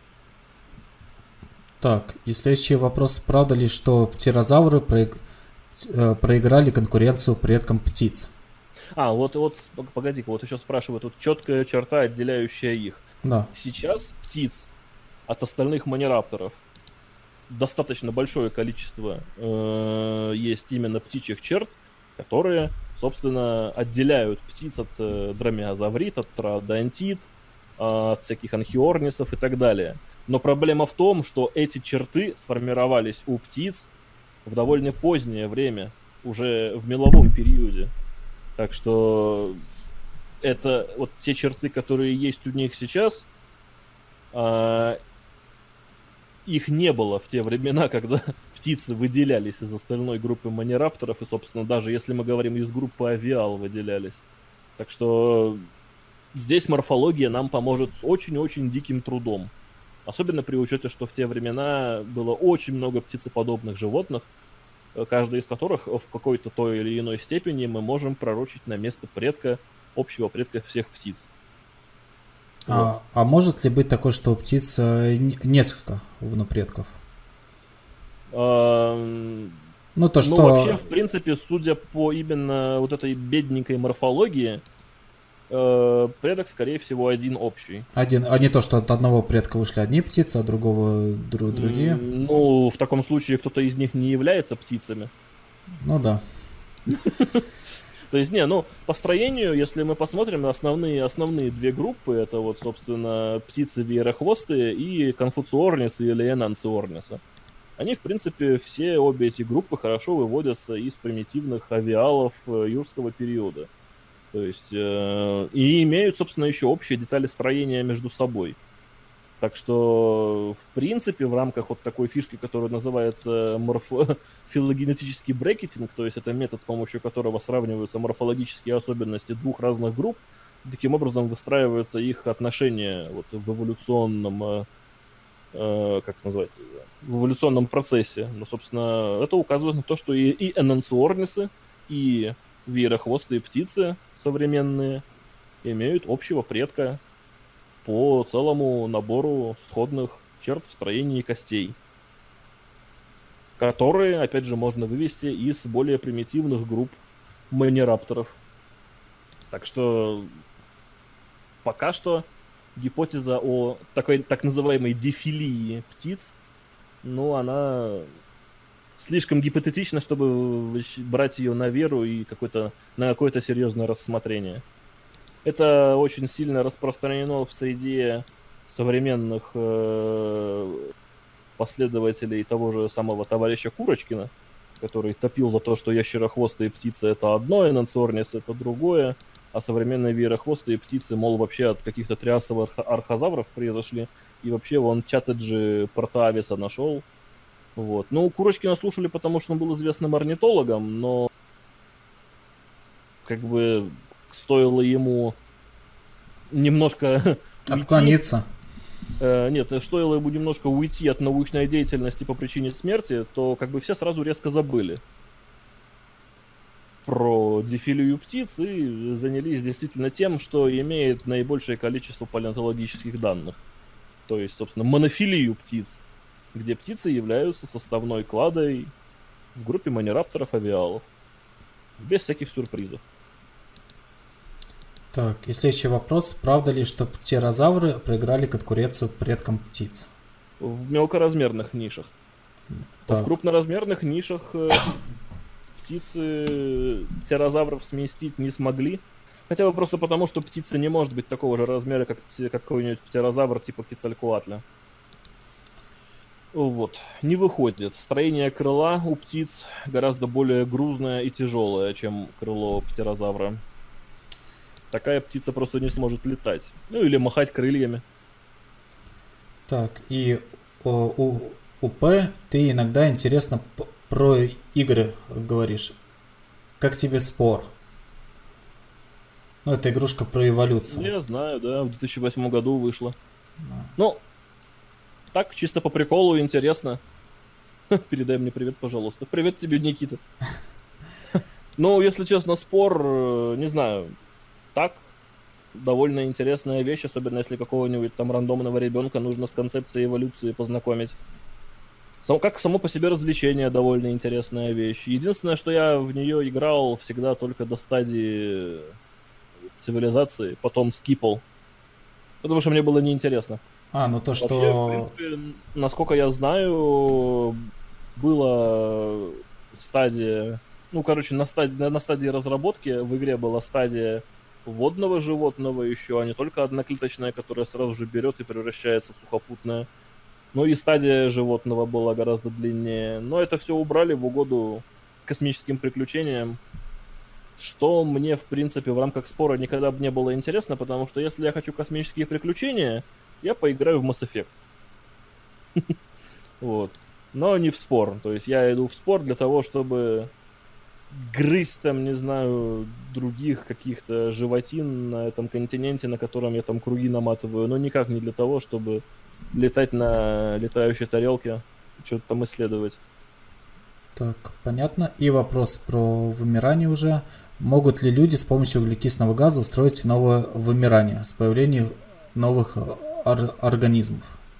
Так, и следующий вопрос. Правда ли, что птерозавры проиг... проиграли конкуренцию предкам птиц? А, вот, вот, погоди-ка, вот еще спрашивают, тут четкая черта, отделяющая их. Да. Сейчас птиц от остальных манирапторов достаточно большое количество э, есть именно птичьих черт, которые, собственно, отделяют птиц от э, дромеозаврид, от троодонтид, от всяких анхиорнисов и так далее. Но проблема в том, что эти черты сформировались у птиц в довольно позднее время, уже в меловом периоде. Так что это вот те черты, которые есть у них сейчас, э, их не было в те времена, когда птицы выделялись из остальной группы манирапторов, и, собственно, даже если мы говорим из группы авиал, выделялись. Так что здесь морфология нам поможет с очень-очень диким трудом. Особенно при учете, что в те времена было очень много птицеподобных животных, каждый из которых в какой-то той или иной степени мы можем пророчить на место предка, общего предка всех птиц. А, вот. а может ли быть такое, что у птиц несколько предков? А, ну, то, ну, что... вообще, в принципе, судя по именно вот этой бедненькой морфологии, предок, скорее всего, один общий. Один, а не то, что от одного предка вышли одни птицы, а другого дру, другие? Ну, в таком случае кто-то из них не является птицами. Ну да. То есть, не, ну, по строению, если мы посмотрим на основные, основные две группы, это вот, собственно, птицы веерохвостые и конфуциорнисы или энанциорнисы. Они, в принципе, все обе эти группы хорошо выводятся из примитивных авиалов юрского периода. То есть, э, и имеют, собственно, еще общие детали строения между собой. Так что, в принципе, в рамках вот такой фишки, которая называется морфо... филогенетический брекетинг, то есть это метод, с помощью которого сравниваются морфологические особенности двух разных групп, таким образом выстраиваются их отношения вот, в эволюционном, э, как назвать, в эволюционном процессе. Но, собственно, это указывает на то, что и, и энанциорнисы, и веерохвостые птицы современные имеют общего предка по целому набору сходных черт в строении костей, которые, опять же, можно вывести из более примитивных групп манирапторов. Так что пока что гипотеза о такой так называемой дифилии птиц, ну, она слишком гипотетична, чтобы брать ее на веру и какое-то, на какое-то серьезное рассмотрение. Это очень сильно распространено в среде современных э, последователей того же самого товарища Курочкина, который топил за то, что ящерохвостые птицы это одно, энанциорнис это другое, а современные веерохвостые птицы, мол, вообще от каких-то триасовых архозавров произошли, и вообще вон Чаттеджи Протоависа нашел. Вот. Ну, Курочкина слушали, потому что он был известным орнитологом, но как бы стоило ему немножко отклониться. Уйти, э, нет, стоило ему немножко уйти от научной деятельности по причине смерти, то как бы все сразу резко забыли про дифилию птиц и занялись действительно тем, что имеет наибольшее количество палеонтологических данных. То есть, собственно, монофилию птиц, где птицы являются составной кладой в группе манирапторов авиалов. Без всяких сюрпризов. Так, и следующий вопрос. Правда ли, что птерозавры проиграли конкуренцию предкам птиц? В мелкоразмерных нишах. Так. В крупноразмерных нишах э, птицы птерозавров сместить не смогли. Хотя бы просто потому, что птица не может быть такого же размера, как какой-нибудь птерозавр типа Кецалькоатля. Вот, не выходит. Строение крыла у птиц гораздо более грузное и тяжелое, чем крыло птерозавра. Такая птица просто не сможет летать. Ну или махать крыльями. Так, и о, у, у П ты иногда интересно про игры говоришь. Как тебе спор? Ну, это игрушка про эволюцию. Я знаю, да, в две тысячи восьмом году вышла. Да. Ну, так, чисто по приколу, интересно. Передай мне привет, пожалуйста. Привет тебе, Никита. Ну, если честно, спор, не знаю, так, довольно интересная вещь, особенно если какого-нибудь там рандомного ребенка нужно с концепцией эволюции познакомить. Само, как само по себе развлечение довольно интересная вещь. Единственное, что я в нее играл всегда только до стадии цивилизации, потом скипал, потому что мне было неинтересно. А, ну то, Вообще, что... в принципе, насколько я знаю, была стадия... Ну, короче, на стадии, на, на стадии разработки в игре была стадия водного животного еще, а не только одноклеточная, которая сразу же берет и превращается в сухопутное. Ну и стадия животного была гораздо длиннее. Но это все убрали в угоду космическим приключениям, что мне, в принципе, в рамках спора никогда бы не было интересно, потому что если я хочу космические приключения, я поиграю в Mass Effect. Вот. Но не в спор. То есть я иду в спор для того, чтобы грызть там, не знаю, других каких-то животин на этом континенте, на котором я там круги наматываю, но никак не для того, чтобы летать на летающей тарелке, что-то там исследовать. Так, понятно. И вопрос про вымирание уже. Могут ли люди с помощью углекислого газа устроить новое вымирание с появлением новых ор- организмов?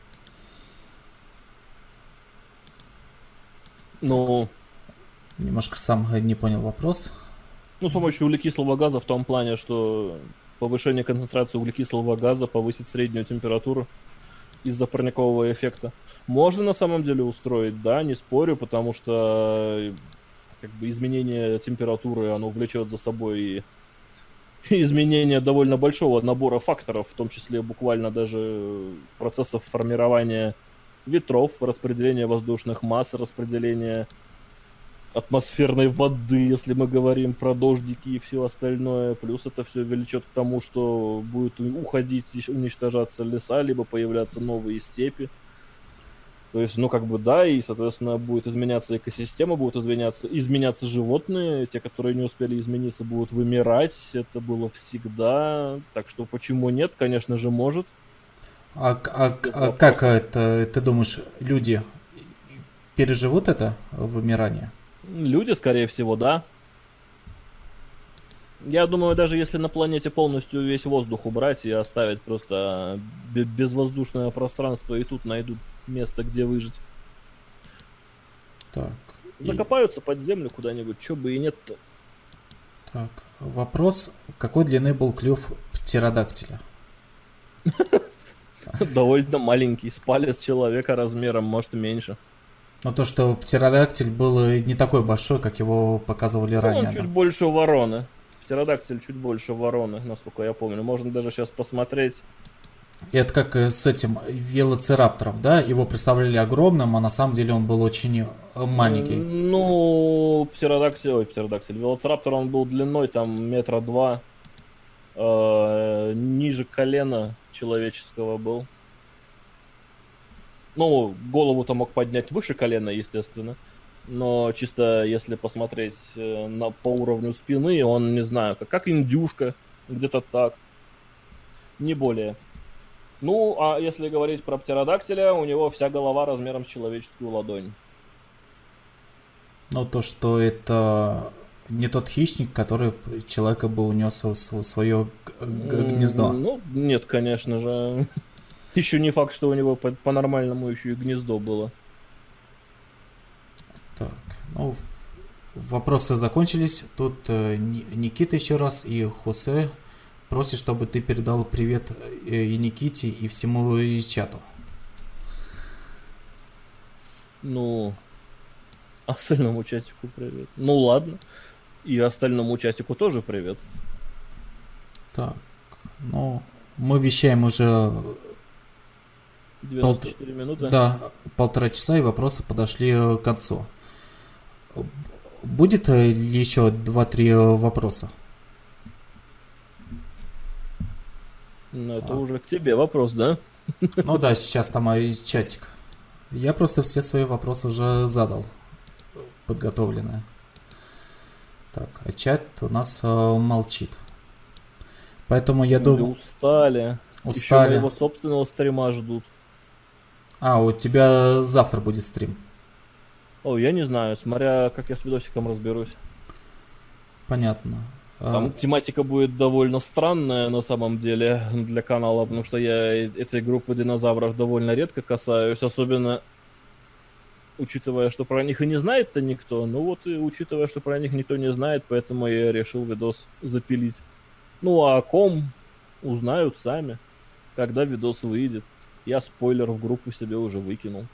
Ну... Немножко сам не понял вопрос. Ну, с помощью углекислого газа в том плане, что повышение концентрации углекислого газа повысит среднюю температуру из-за парникового эффекта. Можно на самом деле устроить, да, не спорю, потому что как бы изменение температуры, оно влечет за собой изменение довольно большого набора факторов, в том числе буквально даже процессов формирования ветров, распределения воздушных масс, распределения атмосферной воды, если мы говорим про дождики и все остальное. Плюс это все влечет к тому, что будет уходить, уничтожаться леса, либо появляться новые степи. То есть, ну, как бы, да, и, соответственно, будет изменяться экосистема, будут изменяться, изменяться животные, те, которые не успели измениться, будут вымирать. Это было всегда. Так что почему нет? Конечно же, может. А, а, а как это, ты думаешь, люди переживут это вымирание? Люди, скорее всего, да. Я думаю, даже если на планете полностью весь воздух убрать и оставить просто безвоздушное пространство, и тут найдут место, где выжить. Так. Закопаются и... под землю куда-нибудь, чё бы и нет-то. Так, вопрос. Какой длины был клюв птеродактиля? Довольно маленький, с палец человека размером, может и меньше. Но то, что птеродактиль был не такой большой, как его показывали ну, ранее. Он чуть больше вороны. Птеродактиль чуть больше вороны, насколько я помню. Можно даже сейчас посмотреть. И это как с этим велоцираптором, да? Его представляли огромным, а на самом деле он был очень маленький. Ну, птеродактиль, ой, птеродактиль. Велоцираптор, он был длиной там метра два. Э, ниже колена человеческого был. Ну, голову-то мог поднять выше колена, естественно. Но чисто если посмотреть на, по уровню спины, он, не знаю, как, как индюшка, где-то так. Не более. Ну, а если говорить про птеродактиля, у него вся голова размером с человеческую ладонь. Ну, то, что это не тот хищник, который человека бы унес в свое гнездо. Ну, нет, конечно же. Еще не факт, что у него по- по-нормальному еще и гнездо было. Так, ну, вопросы закончились. Тут э, Никита еще раз и Хосе просит, чтобы ты передал привет и Никите, и всему и чату. Ну, остальному чатику привет. Ну, ладно. И остальному чатику тоже привет. Так, ну, мы вещаем уже... девяносто четыре Пол... минуты. Да, полтора часа, и вопросы подошли к концу. Будет ли еще два-три вопроса? Ну, это а. уже к тебе вопрос, да? Ну да, сейчас там и чатик. Я просто все свои вопросы уже задал, подготовленные. Так, а чат у нас э, молчит. Поэтому я думаю... Устали. Устали. Еще моего собственного стрима ждут. А, у тебя завтра будет стрим. О, я не знаю, смотря как я с видосиком разберусь. Понятно. Там А, тематика будет довольно странная на самом деле для канала, потому что я э- этой группы динозавров довольно редко касаюсь, особенно учитывая, что про них и не знает-то никто. Ну вот и учитывая, что про них никто не знает, поэтому я решил видос запилить. Ну а о ком узнают сами, когда видос выйдет. Я спойлер в группу себе уже выкинул.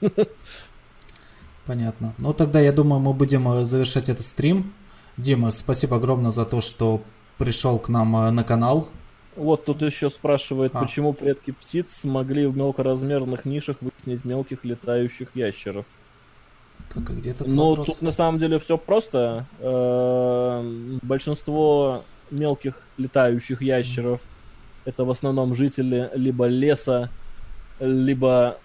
понятно. Ну тогда я думаю, мы будем э, завершать этот стрим. Дима, спасибо огромное за то, что пришел к нам э, на канал. Вот тут еще спрашивает, А, почему предки птиц смогли в мелкоразмерных нишах выяснить мелких летающих ящеров. так, а где этот Ну, вопрос? тут на самом деле все просто. Эм, Большинство мелких летающих ящеров это в основном жители либо леса, либо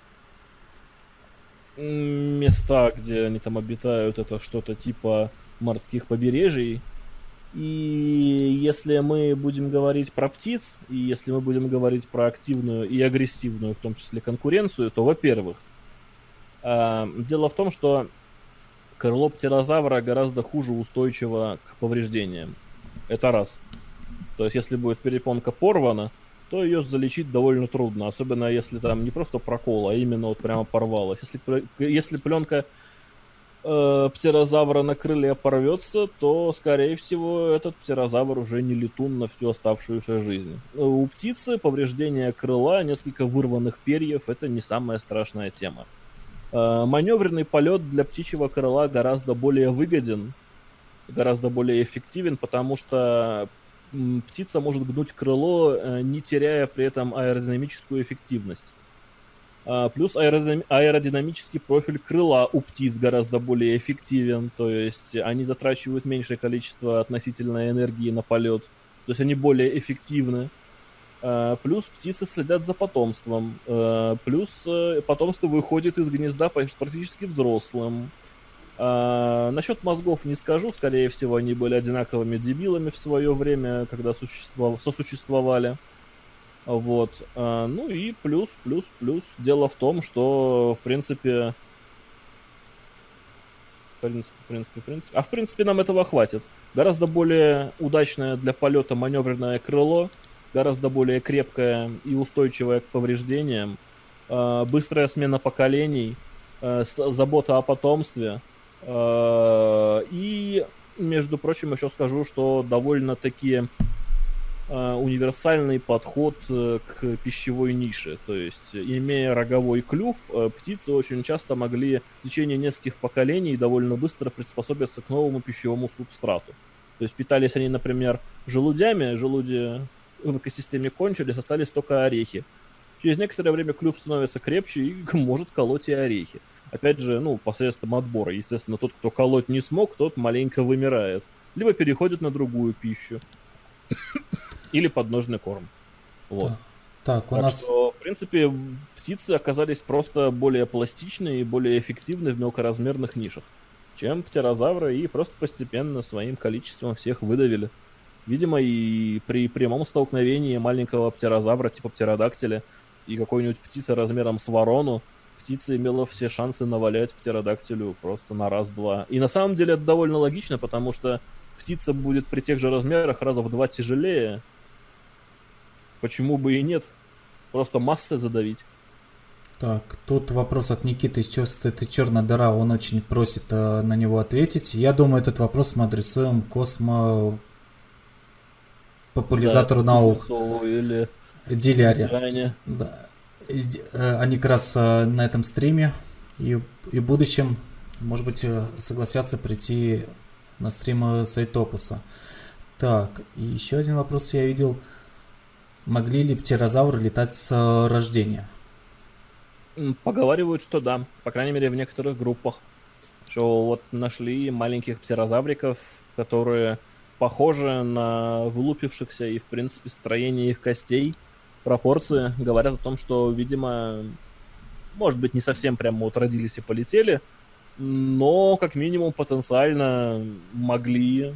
м, места, где они там обитают, это что-то типа морских побережий. И если мы будем говорить про птиц, и если мы будем говорить про активную и агрессивную, в том числе, конкуренцию, то, во-первых, а, дело в том, что крыло птерозавра гораздо хуже устойчиво к повреждениям. Это раз. То есть, если будет перепонка порвана, то ее залечить довольно трудно, особенно если там не просто прокол, а именно вот прямо порвалась. Если, пр- если пленка э, птерозавра на крыле порвется, то, скорее всего, этот птерозавр уже не летун на всю оставшуюся жизнь. У птицы повреждение крыла, несколько вырванных перьев — это не самая страшная тема. Э, маневренный полет для птичьего крыла гораздо более выгоден, гораздо более эффективен, потому что м, птица может гнуть крыло, э, не теряя при этом аэродинамическую эффективность. А, Плюс аэродинам- аэродинамический профиль крыла у птиц гораздо более эффективен, то есть они затрачивают меньшее количество относительной энергии на полет, то есть они более эффективны. А, Плюс птицы следят за потомством, а, плюс э, потомство выходит из гнезда почти- практически взрослым. А, насчет мозгов не скажу, скорее всего, они были одинаковыми дебилами в свое время, когда существов- сосуществовали. Вот. А, ну и плюс, плюс, плюс. Дело в том, что, в принципе, в принципе, в принципе, в принципе, а в принципе нам этого хватит. Гораздо более удачное для полета маневренное крыло, гораздо более крепкое и устойчивое к повреждениям, а, быстрая смена поколений, а, с- забота о потомстве. а, И, между прочим, еще скажу, что довольно-таки э, универсальный подход э, к пищевой нише. То есть, э, имея роговой клюв, э, птицы очень часто могли в течение нескольких поколений довольно быстро приспособиться к новому пищевому субстрату. То есть питались они, например, желудями, желуди в экосистеме кончились, остались только орехи. Через некоторое время клюв становится крепче и может колоть и орехи. Опять же, ну, посредством отбора. Естественно, тот, кто колоть не смог, тот маленько вымирает. Либо переходит на другую пищу. Или подножный корм. Вот. Так, так, у Так нас... что, в принципе, птицы оказались просто более пластичны и более эффективны в мелкоразмерных нишах, чем птерозавры, и просто постепенно своим количеством всех выдавили. Видимо, и при прямом столкновении маленького птерозавра типа птеродактиля и какой-нибудь птицы размером с ворону, птица имела все шансы навалять птеродактилю просто на раз-два. И на самом деле это довольно логично, потому что птица будет при тех же размерах раза в два тяжелее. Почему бы и нет? Просто массой задавить. Так, тут вопрос от Никиты из чувства это черная дыра, он очень просит э, на него ответить. Я думаю, этот вопрос мы адресуем космо Да, это популяризатору наук Кузнецову или Диляре. Диане. Да. И зд- э, Они как раз э, на этом стриме и, и в будущем, может быть, э, согласятся прийти на стрим э, Сайтопуса. Так, и еще один вопрос я видел. Могли ли птерозавры летать с э, рождения? М, Поговаривают, что да. По крайней мере, в некоторых группах. Что вот нашли маленьких птерозавриков, которые похожи на вылупившихся, и, в принципе, строение их костей, пропорции говорят о том, что, видимо, может быть, не совсем прямо вот родились и полетели, но, как минимум, потенциально могли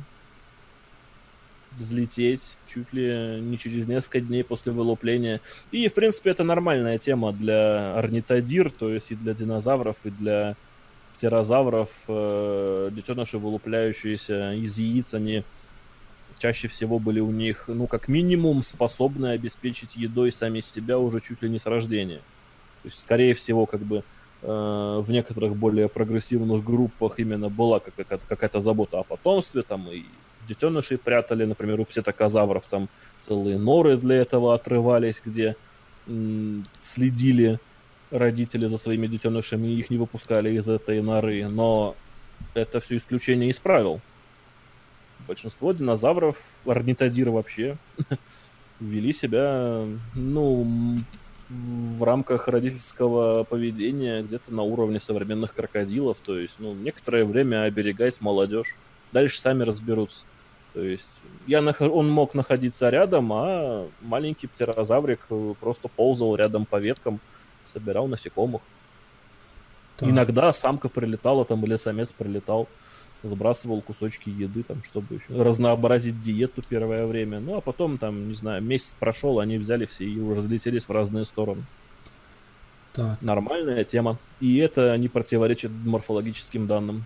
взлететь чуть ли не через несколько дней после вылупления. И, в принципе, это нормальная тема для орнитодир, то есть и для динозавров, и для птерозавров, э, детеныши, вылупляющиеся из яиц, они чаще всего были у них, ну, как минимум, способны обеспечить едой сами себя уже чуть ли не с рождения. То есть, скорее всего, как бы э, в некоторых более прогрессивных группах именно была какая-то, какая-то забота о потомстве, там и детенышей прятали, например, у пситокозавров там целые норы для этого отрывались, где м- следили родители за своими детенышами и их не выпускали из этой норы, но это все исключение из правил. Большинство динозавров, орнитодиры вообще, вели себя, ну, в рамках родительского поведения где-то на уровне современных крокодилов, то есть, ну, некоторое время оберегать молодежь, дальше сами разберутся. То есть я нах... он мог находиться рядом, а маленький птерозаврик просто ползал рядом по веткам, собирал насекомых. Так. Иногда самка прилетала там или самец прилетал, сбрасывал кусочки еды, там, чтобы еще разнообразить диету первое время. Ну, а потом, там, не знаю, месяц прошел, они взяли все и разлетелись в разные стороны. Так. Нормальная тема. И это не противоречит морфологическим данным.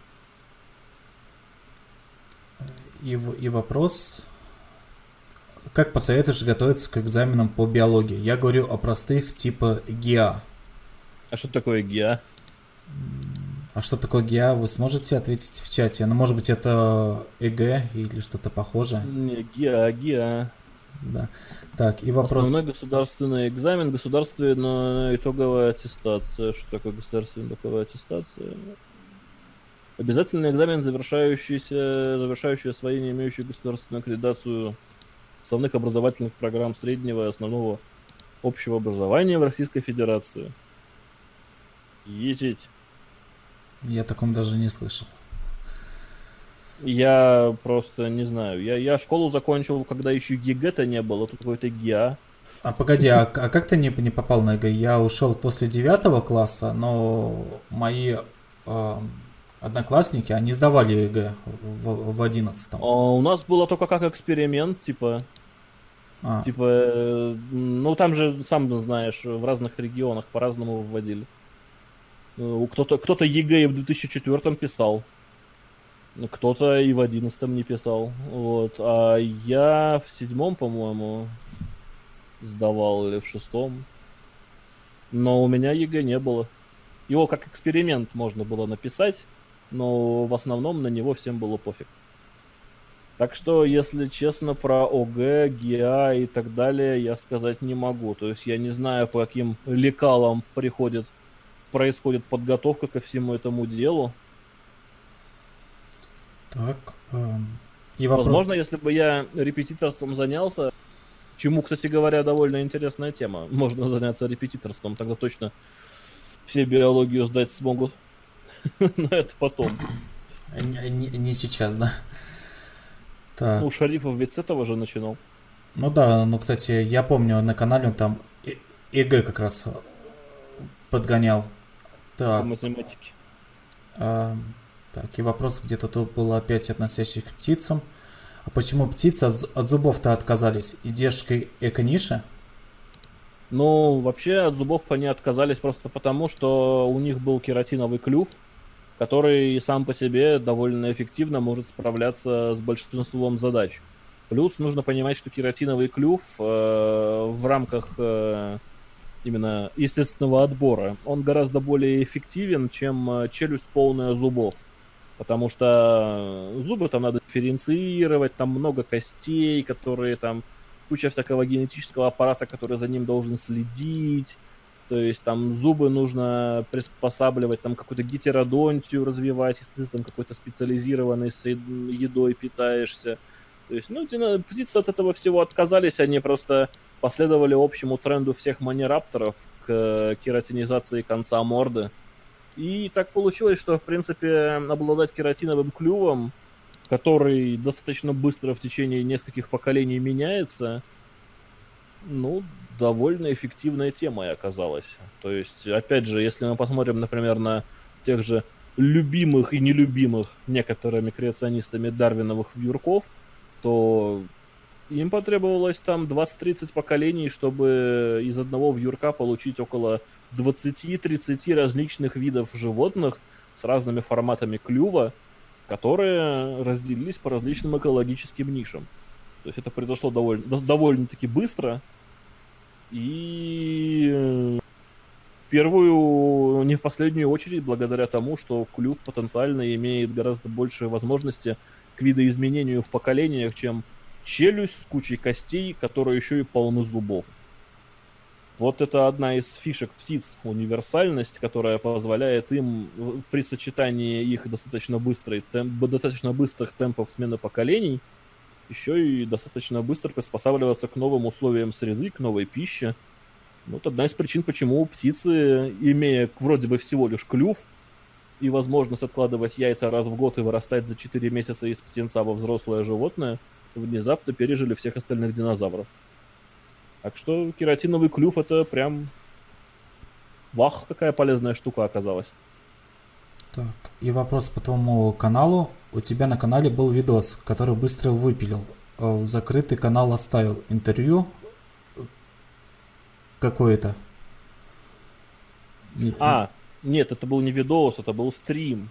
И, и вопрос, как посоветуешь готовиться к экзаменам по биологии? Я говорю о простых типа ГИА. А что такое ГИА? А что такое ГИА, вы сможете ответить в чате? Ну, может быть, это ЕГЭ или что-то похожее? Не, ГИА, ГИА. Да. Так, и вопрос... Основной государственный экзамен, государственная итоговая аттестация. Что такое государственная итоговая аттестация? Обязательный экзамен, завершающийся, завершающий освоение, имеющий государственную аккредитацию основных образовательных программ среднего и основного общего образования в Российской Федерации. Етить. Я о таком даже не слышал. Я просто не знаю. Я, я школу закончил, когда еще ЕГЭ-то не было, тут какой-то ГИА. А погоди, а, а как ты не, не попал на ЕГЭ? Я ушел после девятого класса, но мои э, одноклассники, они сдавали ЕГЭ в, в одиннадцатом. А у нас было только как эксперимент, типа... А. Типа, ну там же, сам знаешь, в разных регионах по-разному вводили. Кто-то, кто-то ЕГЭ и в две тысячи четвёртом писал, кто-то и в одиннадцатом не писал. Вот. А я в седьмом, по-моему, сдавал или в шестом. Но у меня ЕГЭ не было. Его как эксперимент можно было написать, но в основном на него всем было пофиг. Так что, если честно, про ОГЭ, ГИА и так далее я сказать не могу. То есть я не знаю, по каким лекалам приходит, происходит подготовка ко всему этому делу. Так. Эм, и вопрос... Возможно, если бы я репетиторством занялся, чему, кстати говоря, довольно интересная тема. Можно заняться репетиторством, тогда точно все биологию сдать смогут. Но это потом. Не, не, не сейчас, да? Так. Ну, Шарифов ведь с этого же начинал. Ну да, ну, кстати, я помню, на канале он там ЕГЭ как раз подгонял. Так. По математике. А, так, и вопрос где-то тут был опять относящийся к птицам. А почему птицы от, от зубов-то отказались? Издержкой эко-ниши? Ну, вообще от зубов они отказались просто потому, что у них был кератиновый клюв, который сам по себе довольно эффективно может справляться с большинством задач. Плюс нужно понимать, что кератиновый клюв э, в рамках э, именно естественного отбора, он гораздо более эффективен, чем челюсть полная зубов. Потому что зубы там надо дифференцировать, там много костей, которые там, куча всякого генетического аппарата, который за ним должен следить. То есть там зубы нужно приспосабливать, там какую-то гетеродонтию развивать, если ты там какой-то специализированной едой питаешься. То есть, ну, птицы от этого всего отказались, они просто последовали общему тренду всех манирапторов к кератинизации конца морды. И так получилось, что, в принципе, обладать кератиновым клювом, который достаточно быстро в течение нескольких поколений меняется, ну, довольно эффективная тема и оказалась. То есть, опять же, если мы посмотрим, например, на тех же любимых и нелюбимых некоторыми креационистами дарвиновых вьюрков, то им потребовалось там двадцать-тридцать поколений, чтобы из одного вьюрка получить около двадцать-тридцать различных видов животных, с разными форматами клюва, которые разделились по различным экологическим нишам. То есть это произошло довольно, довольно-таки быстро. И в первую, не в последнюю очередь, благодаря тому, что клюв потенциально имеет гораздо больше возможности к видоизменению в поколениях, чем челюсть с кучей костей, которые еще и полны зубов. Вот это одна из фишек птиц, универсальность, которая позволяет им при сочетании их достаточно, быстрой, темп, достаточно быстрых темпов смены поколений еще и достаточно быстро приспосабливаться к новым условиям среды, к новой пище. Вот одна из причин, почему птицы, имея вроде бы всего лишь клюв и возможность откладывать яйца раз в год и вырастать за четыре месяца из птенца во взрослое животное, внезапно пережили всех остальных динозавров. Так что кератиновый клюв — это прям вах, какая полезная штука оказалась. Так, и вопрос по твоему каналу. У тебя на канале был видос, который быстро выпилил. В закрытый канал оставил интервью какое-то. А, нет, это был не видос, это был стрим.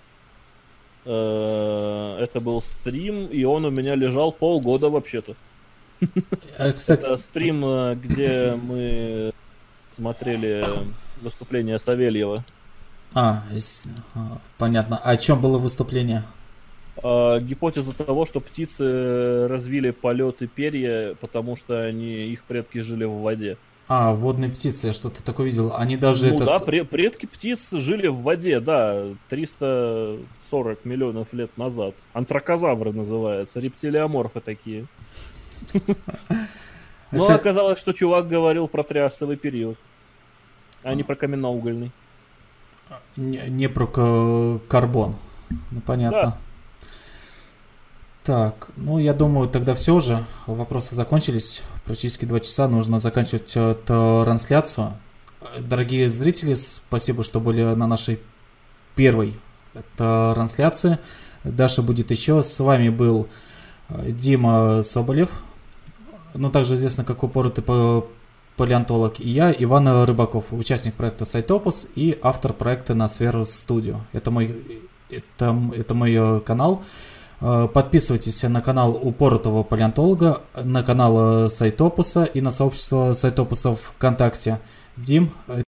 Это был стрим, и он у меня лежал полгода вообще-то. Кстати... Это стрим, где мы смотрели выступление Савельева. А, понятно. А о чем было выступление? А, гипотеза того, что птицы развили полет и перья, потому что они, их предки жили в воде. А, водные птицы, я что-то такое видел. Они даже... Ну этот... да, предки птиц жили в воде, да, триста сорок миллионов лет назад. Антракозавры называются, рептилиоморфы такие. Но оказалось, что чувак говорил про триасовый период, а не про каменноугольный. Не, не про карбон. Ну, понятно. Да. Так, ну я думаю, тогда все же. Вопросы закончились. Практически два часа. Нужно заканчивать трансляцию. Дорогие зрители, спасибо, что были на нашей первой трансляции. Даша будет еще. С вами был Дима Соболев, ну также известно как упоротый палеонтолог, и я, Иван Рыбаков, участник проекта Сайтопус и автор проекта Nosferos Studio. Это мой, это, это мой канал. Подписывайтесь на канал упоротого палеонтолога, на канал Сайтопуса и на сообщество Сайтопуса ВКонтакте. Дим,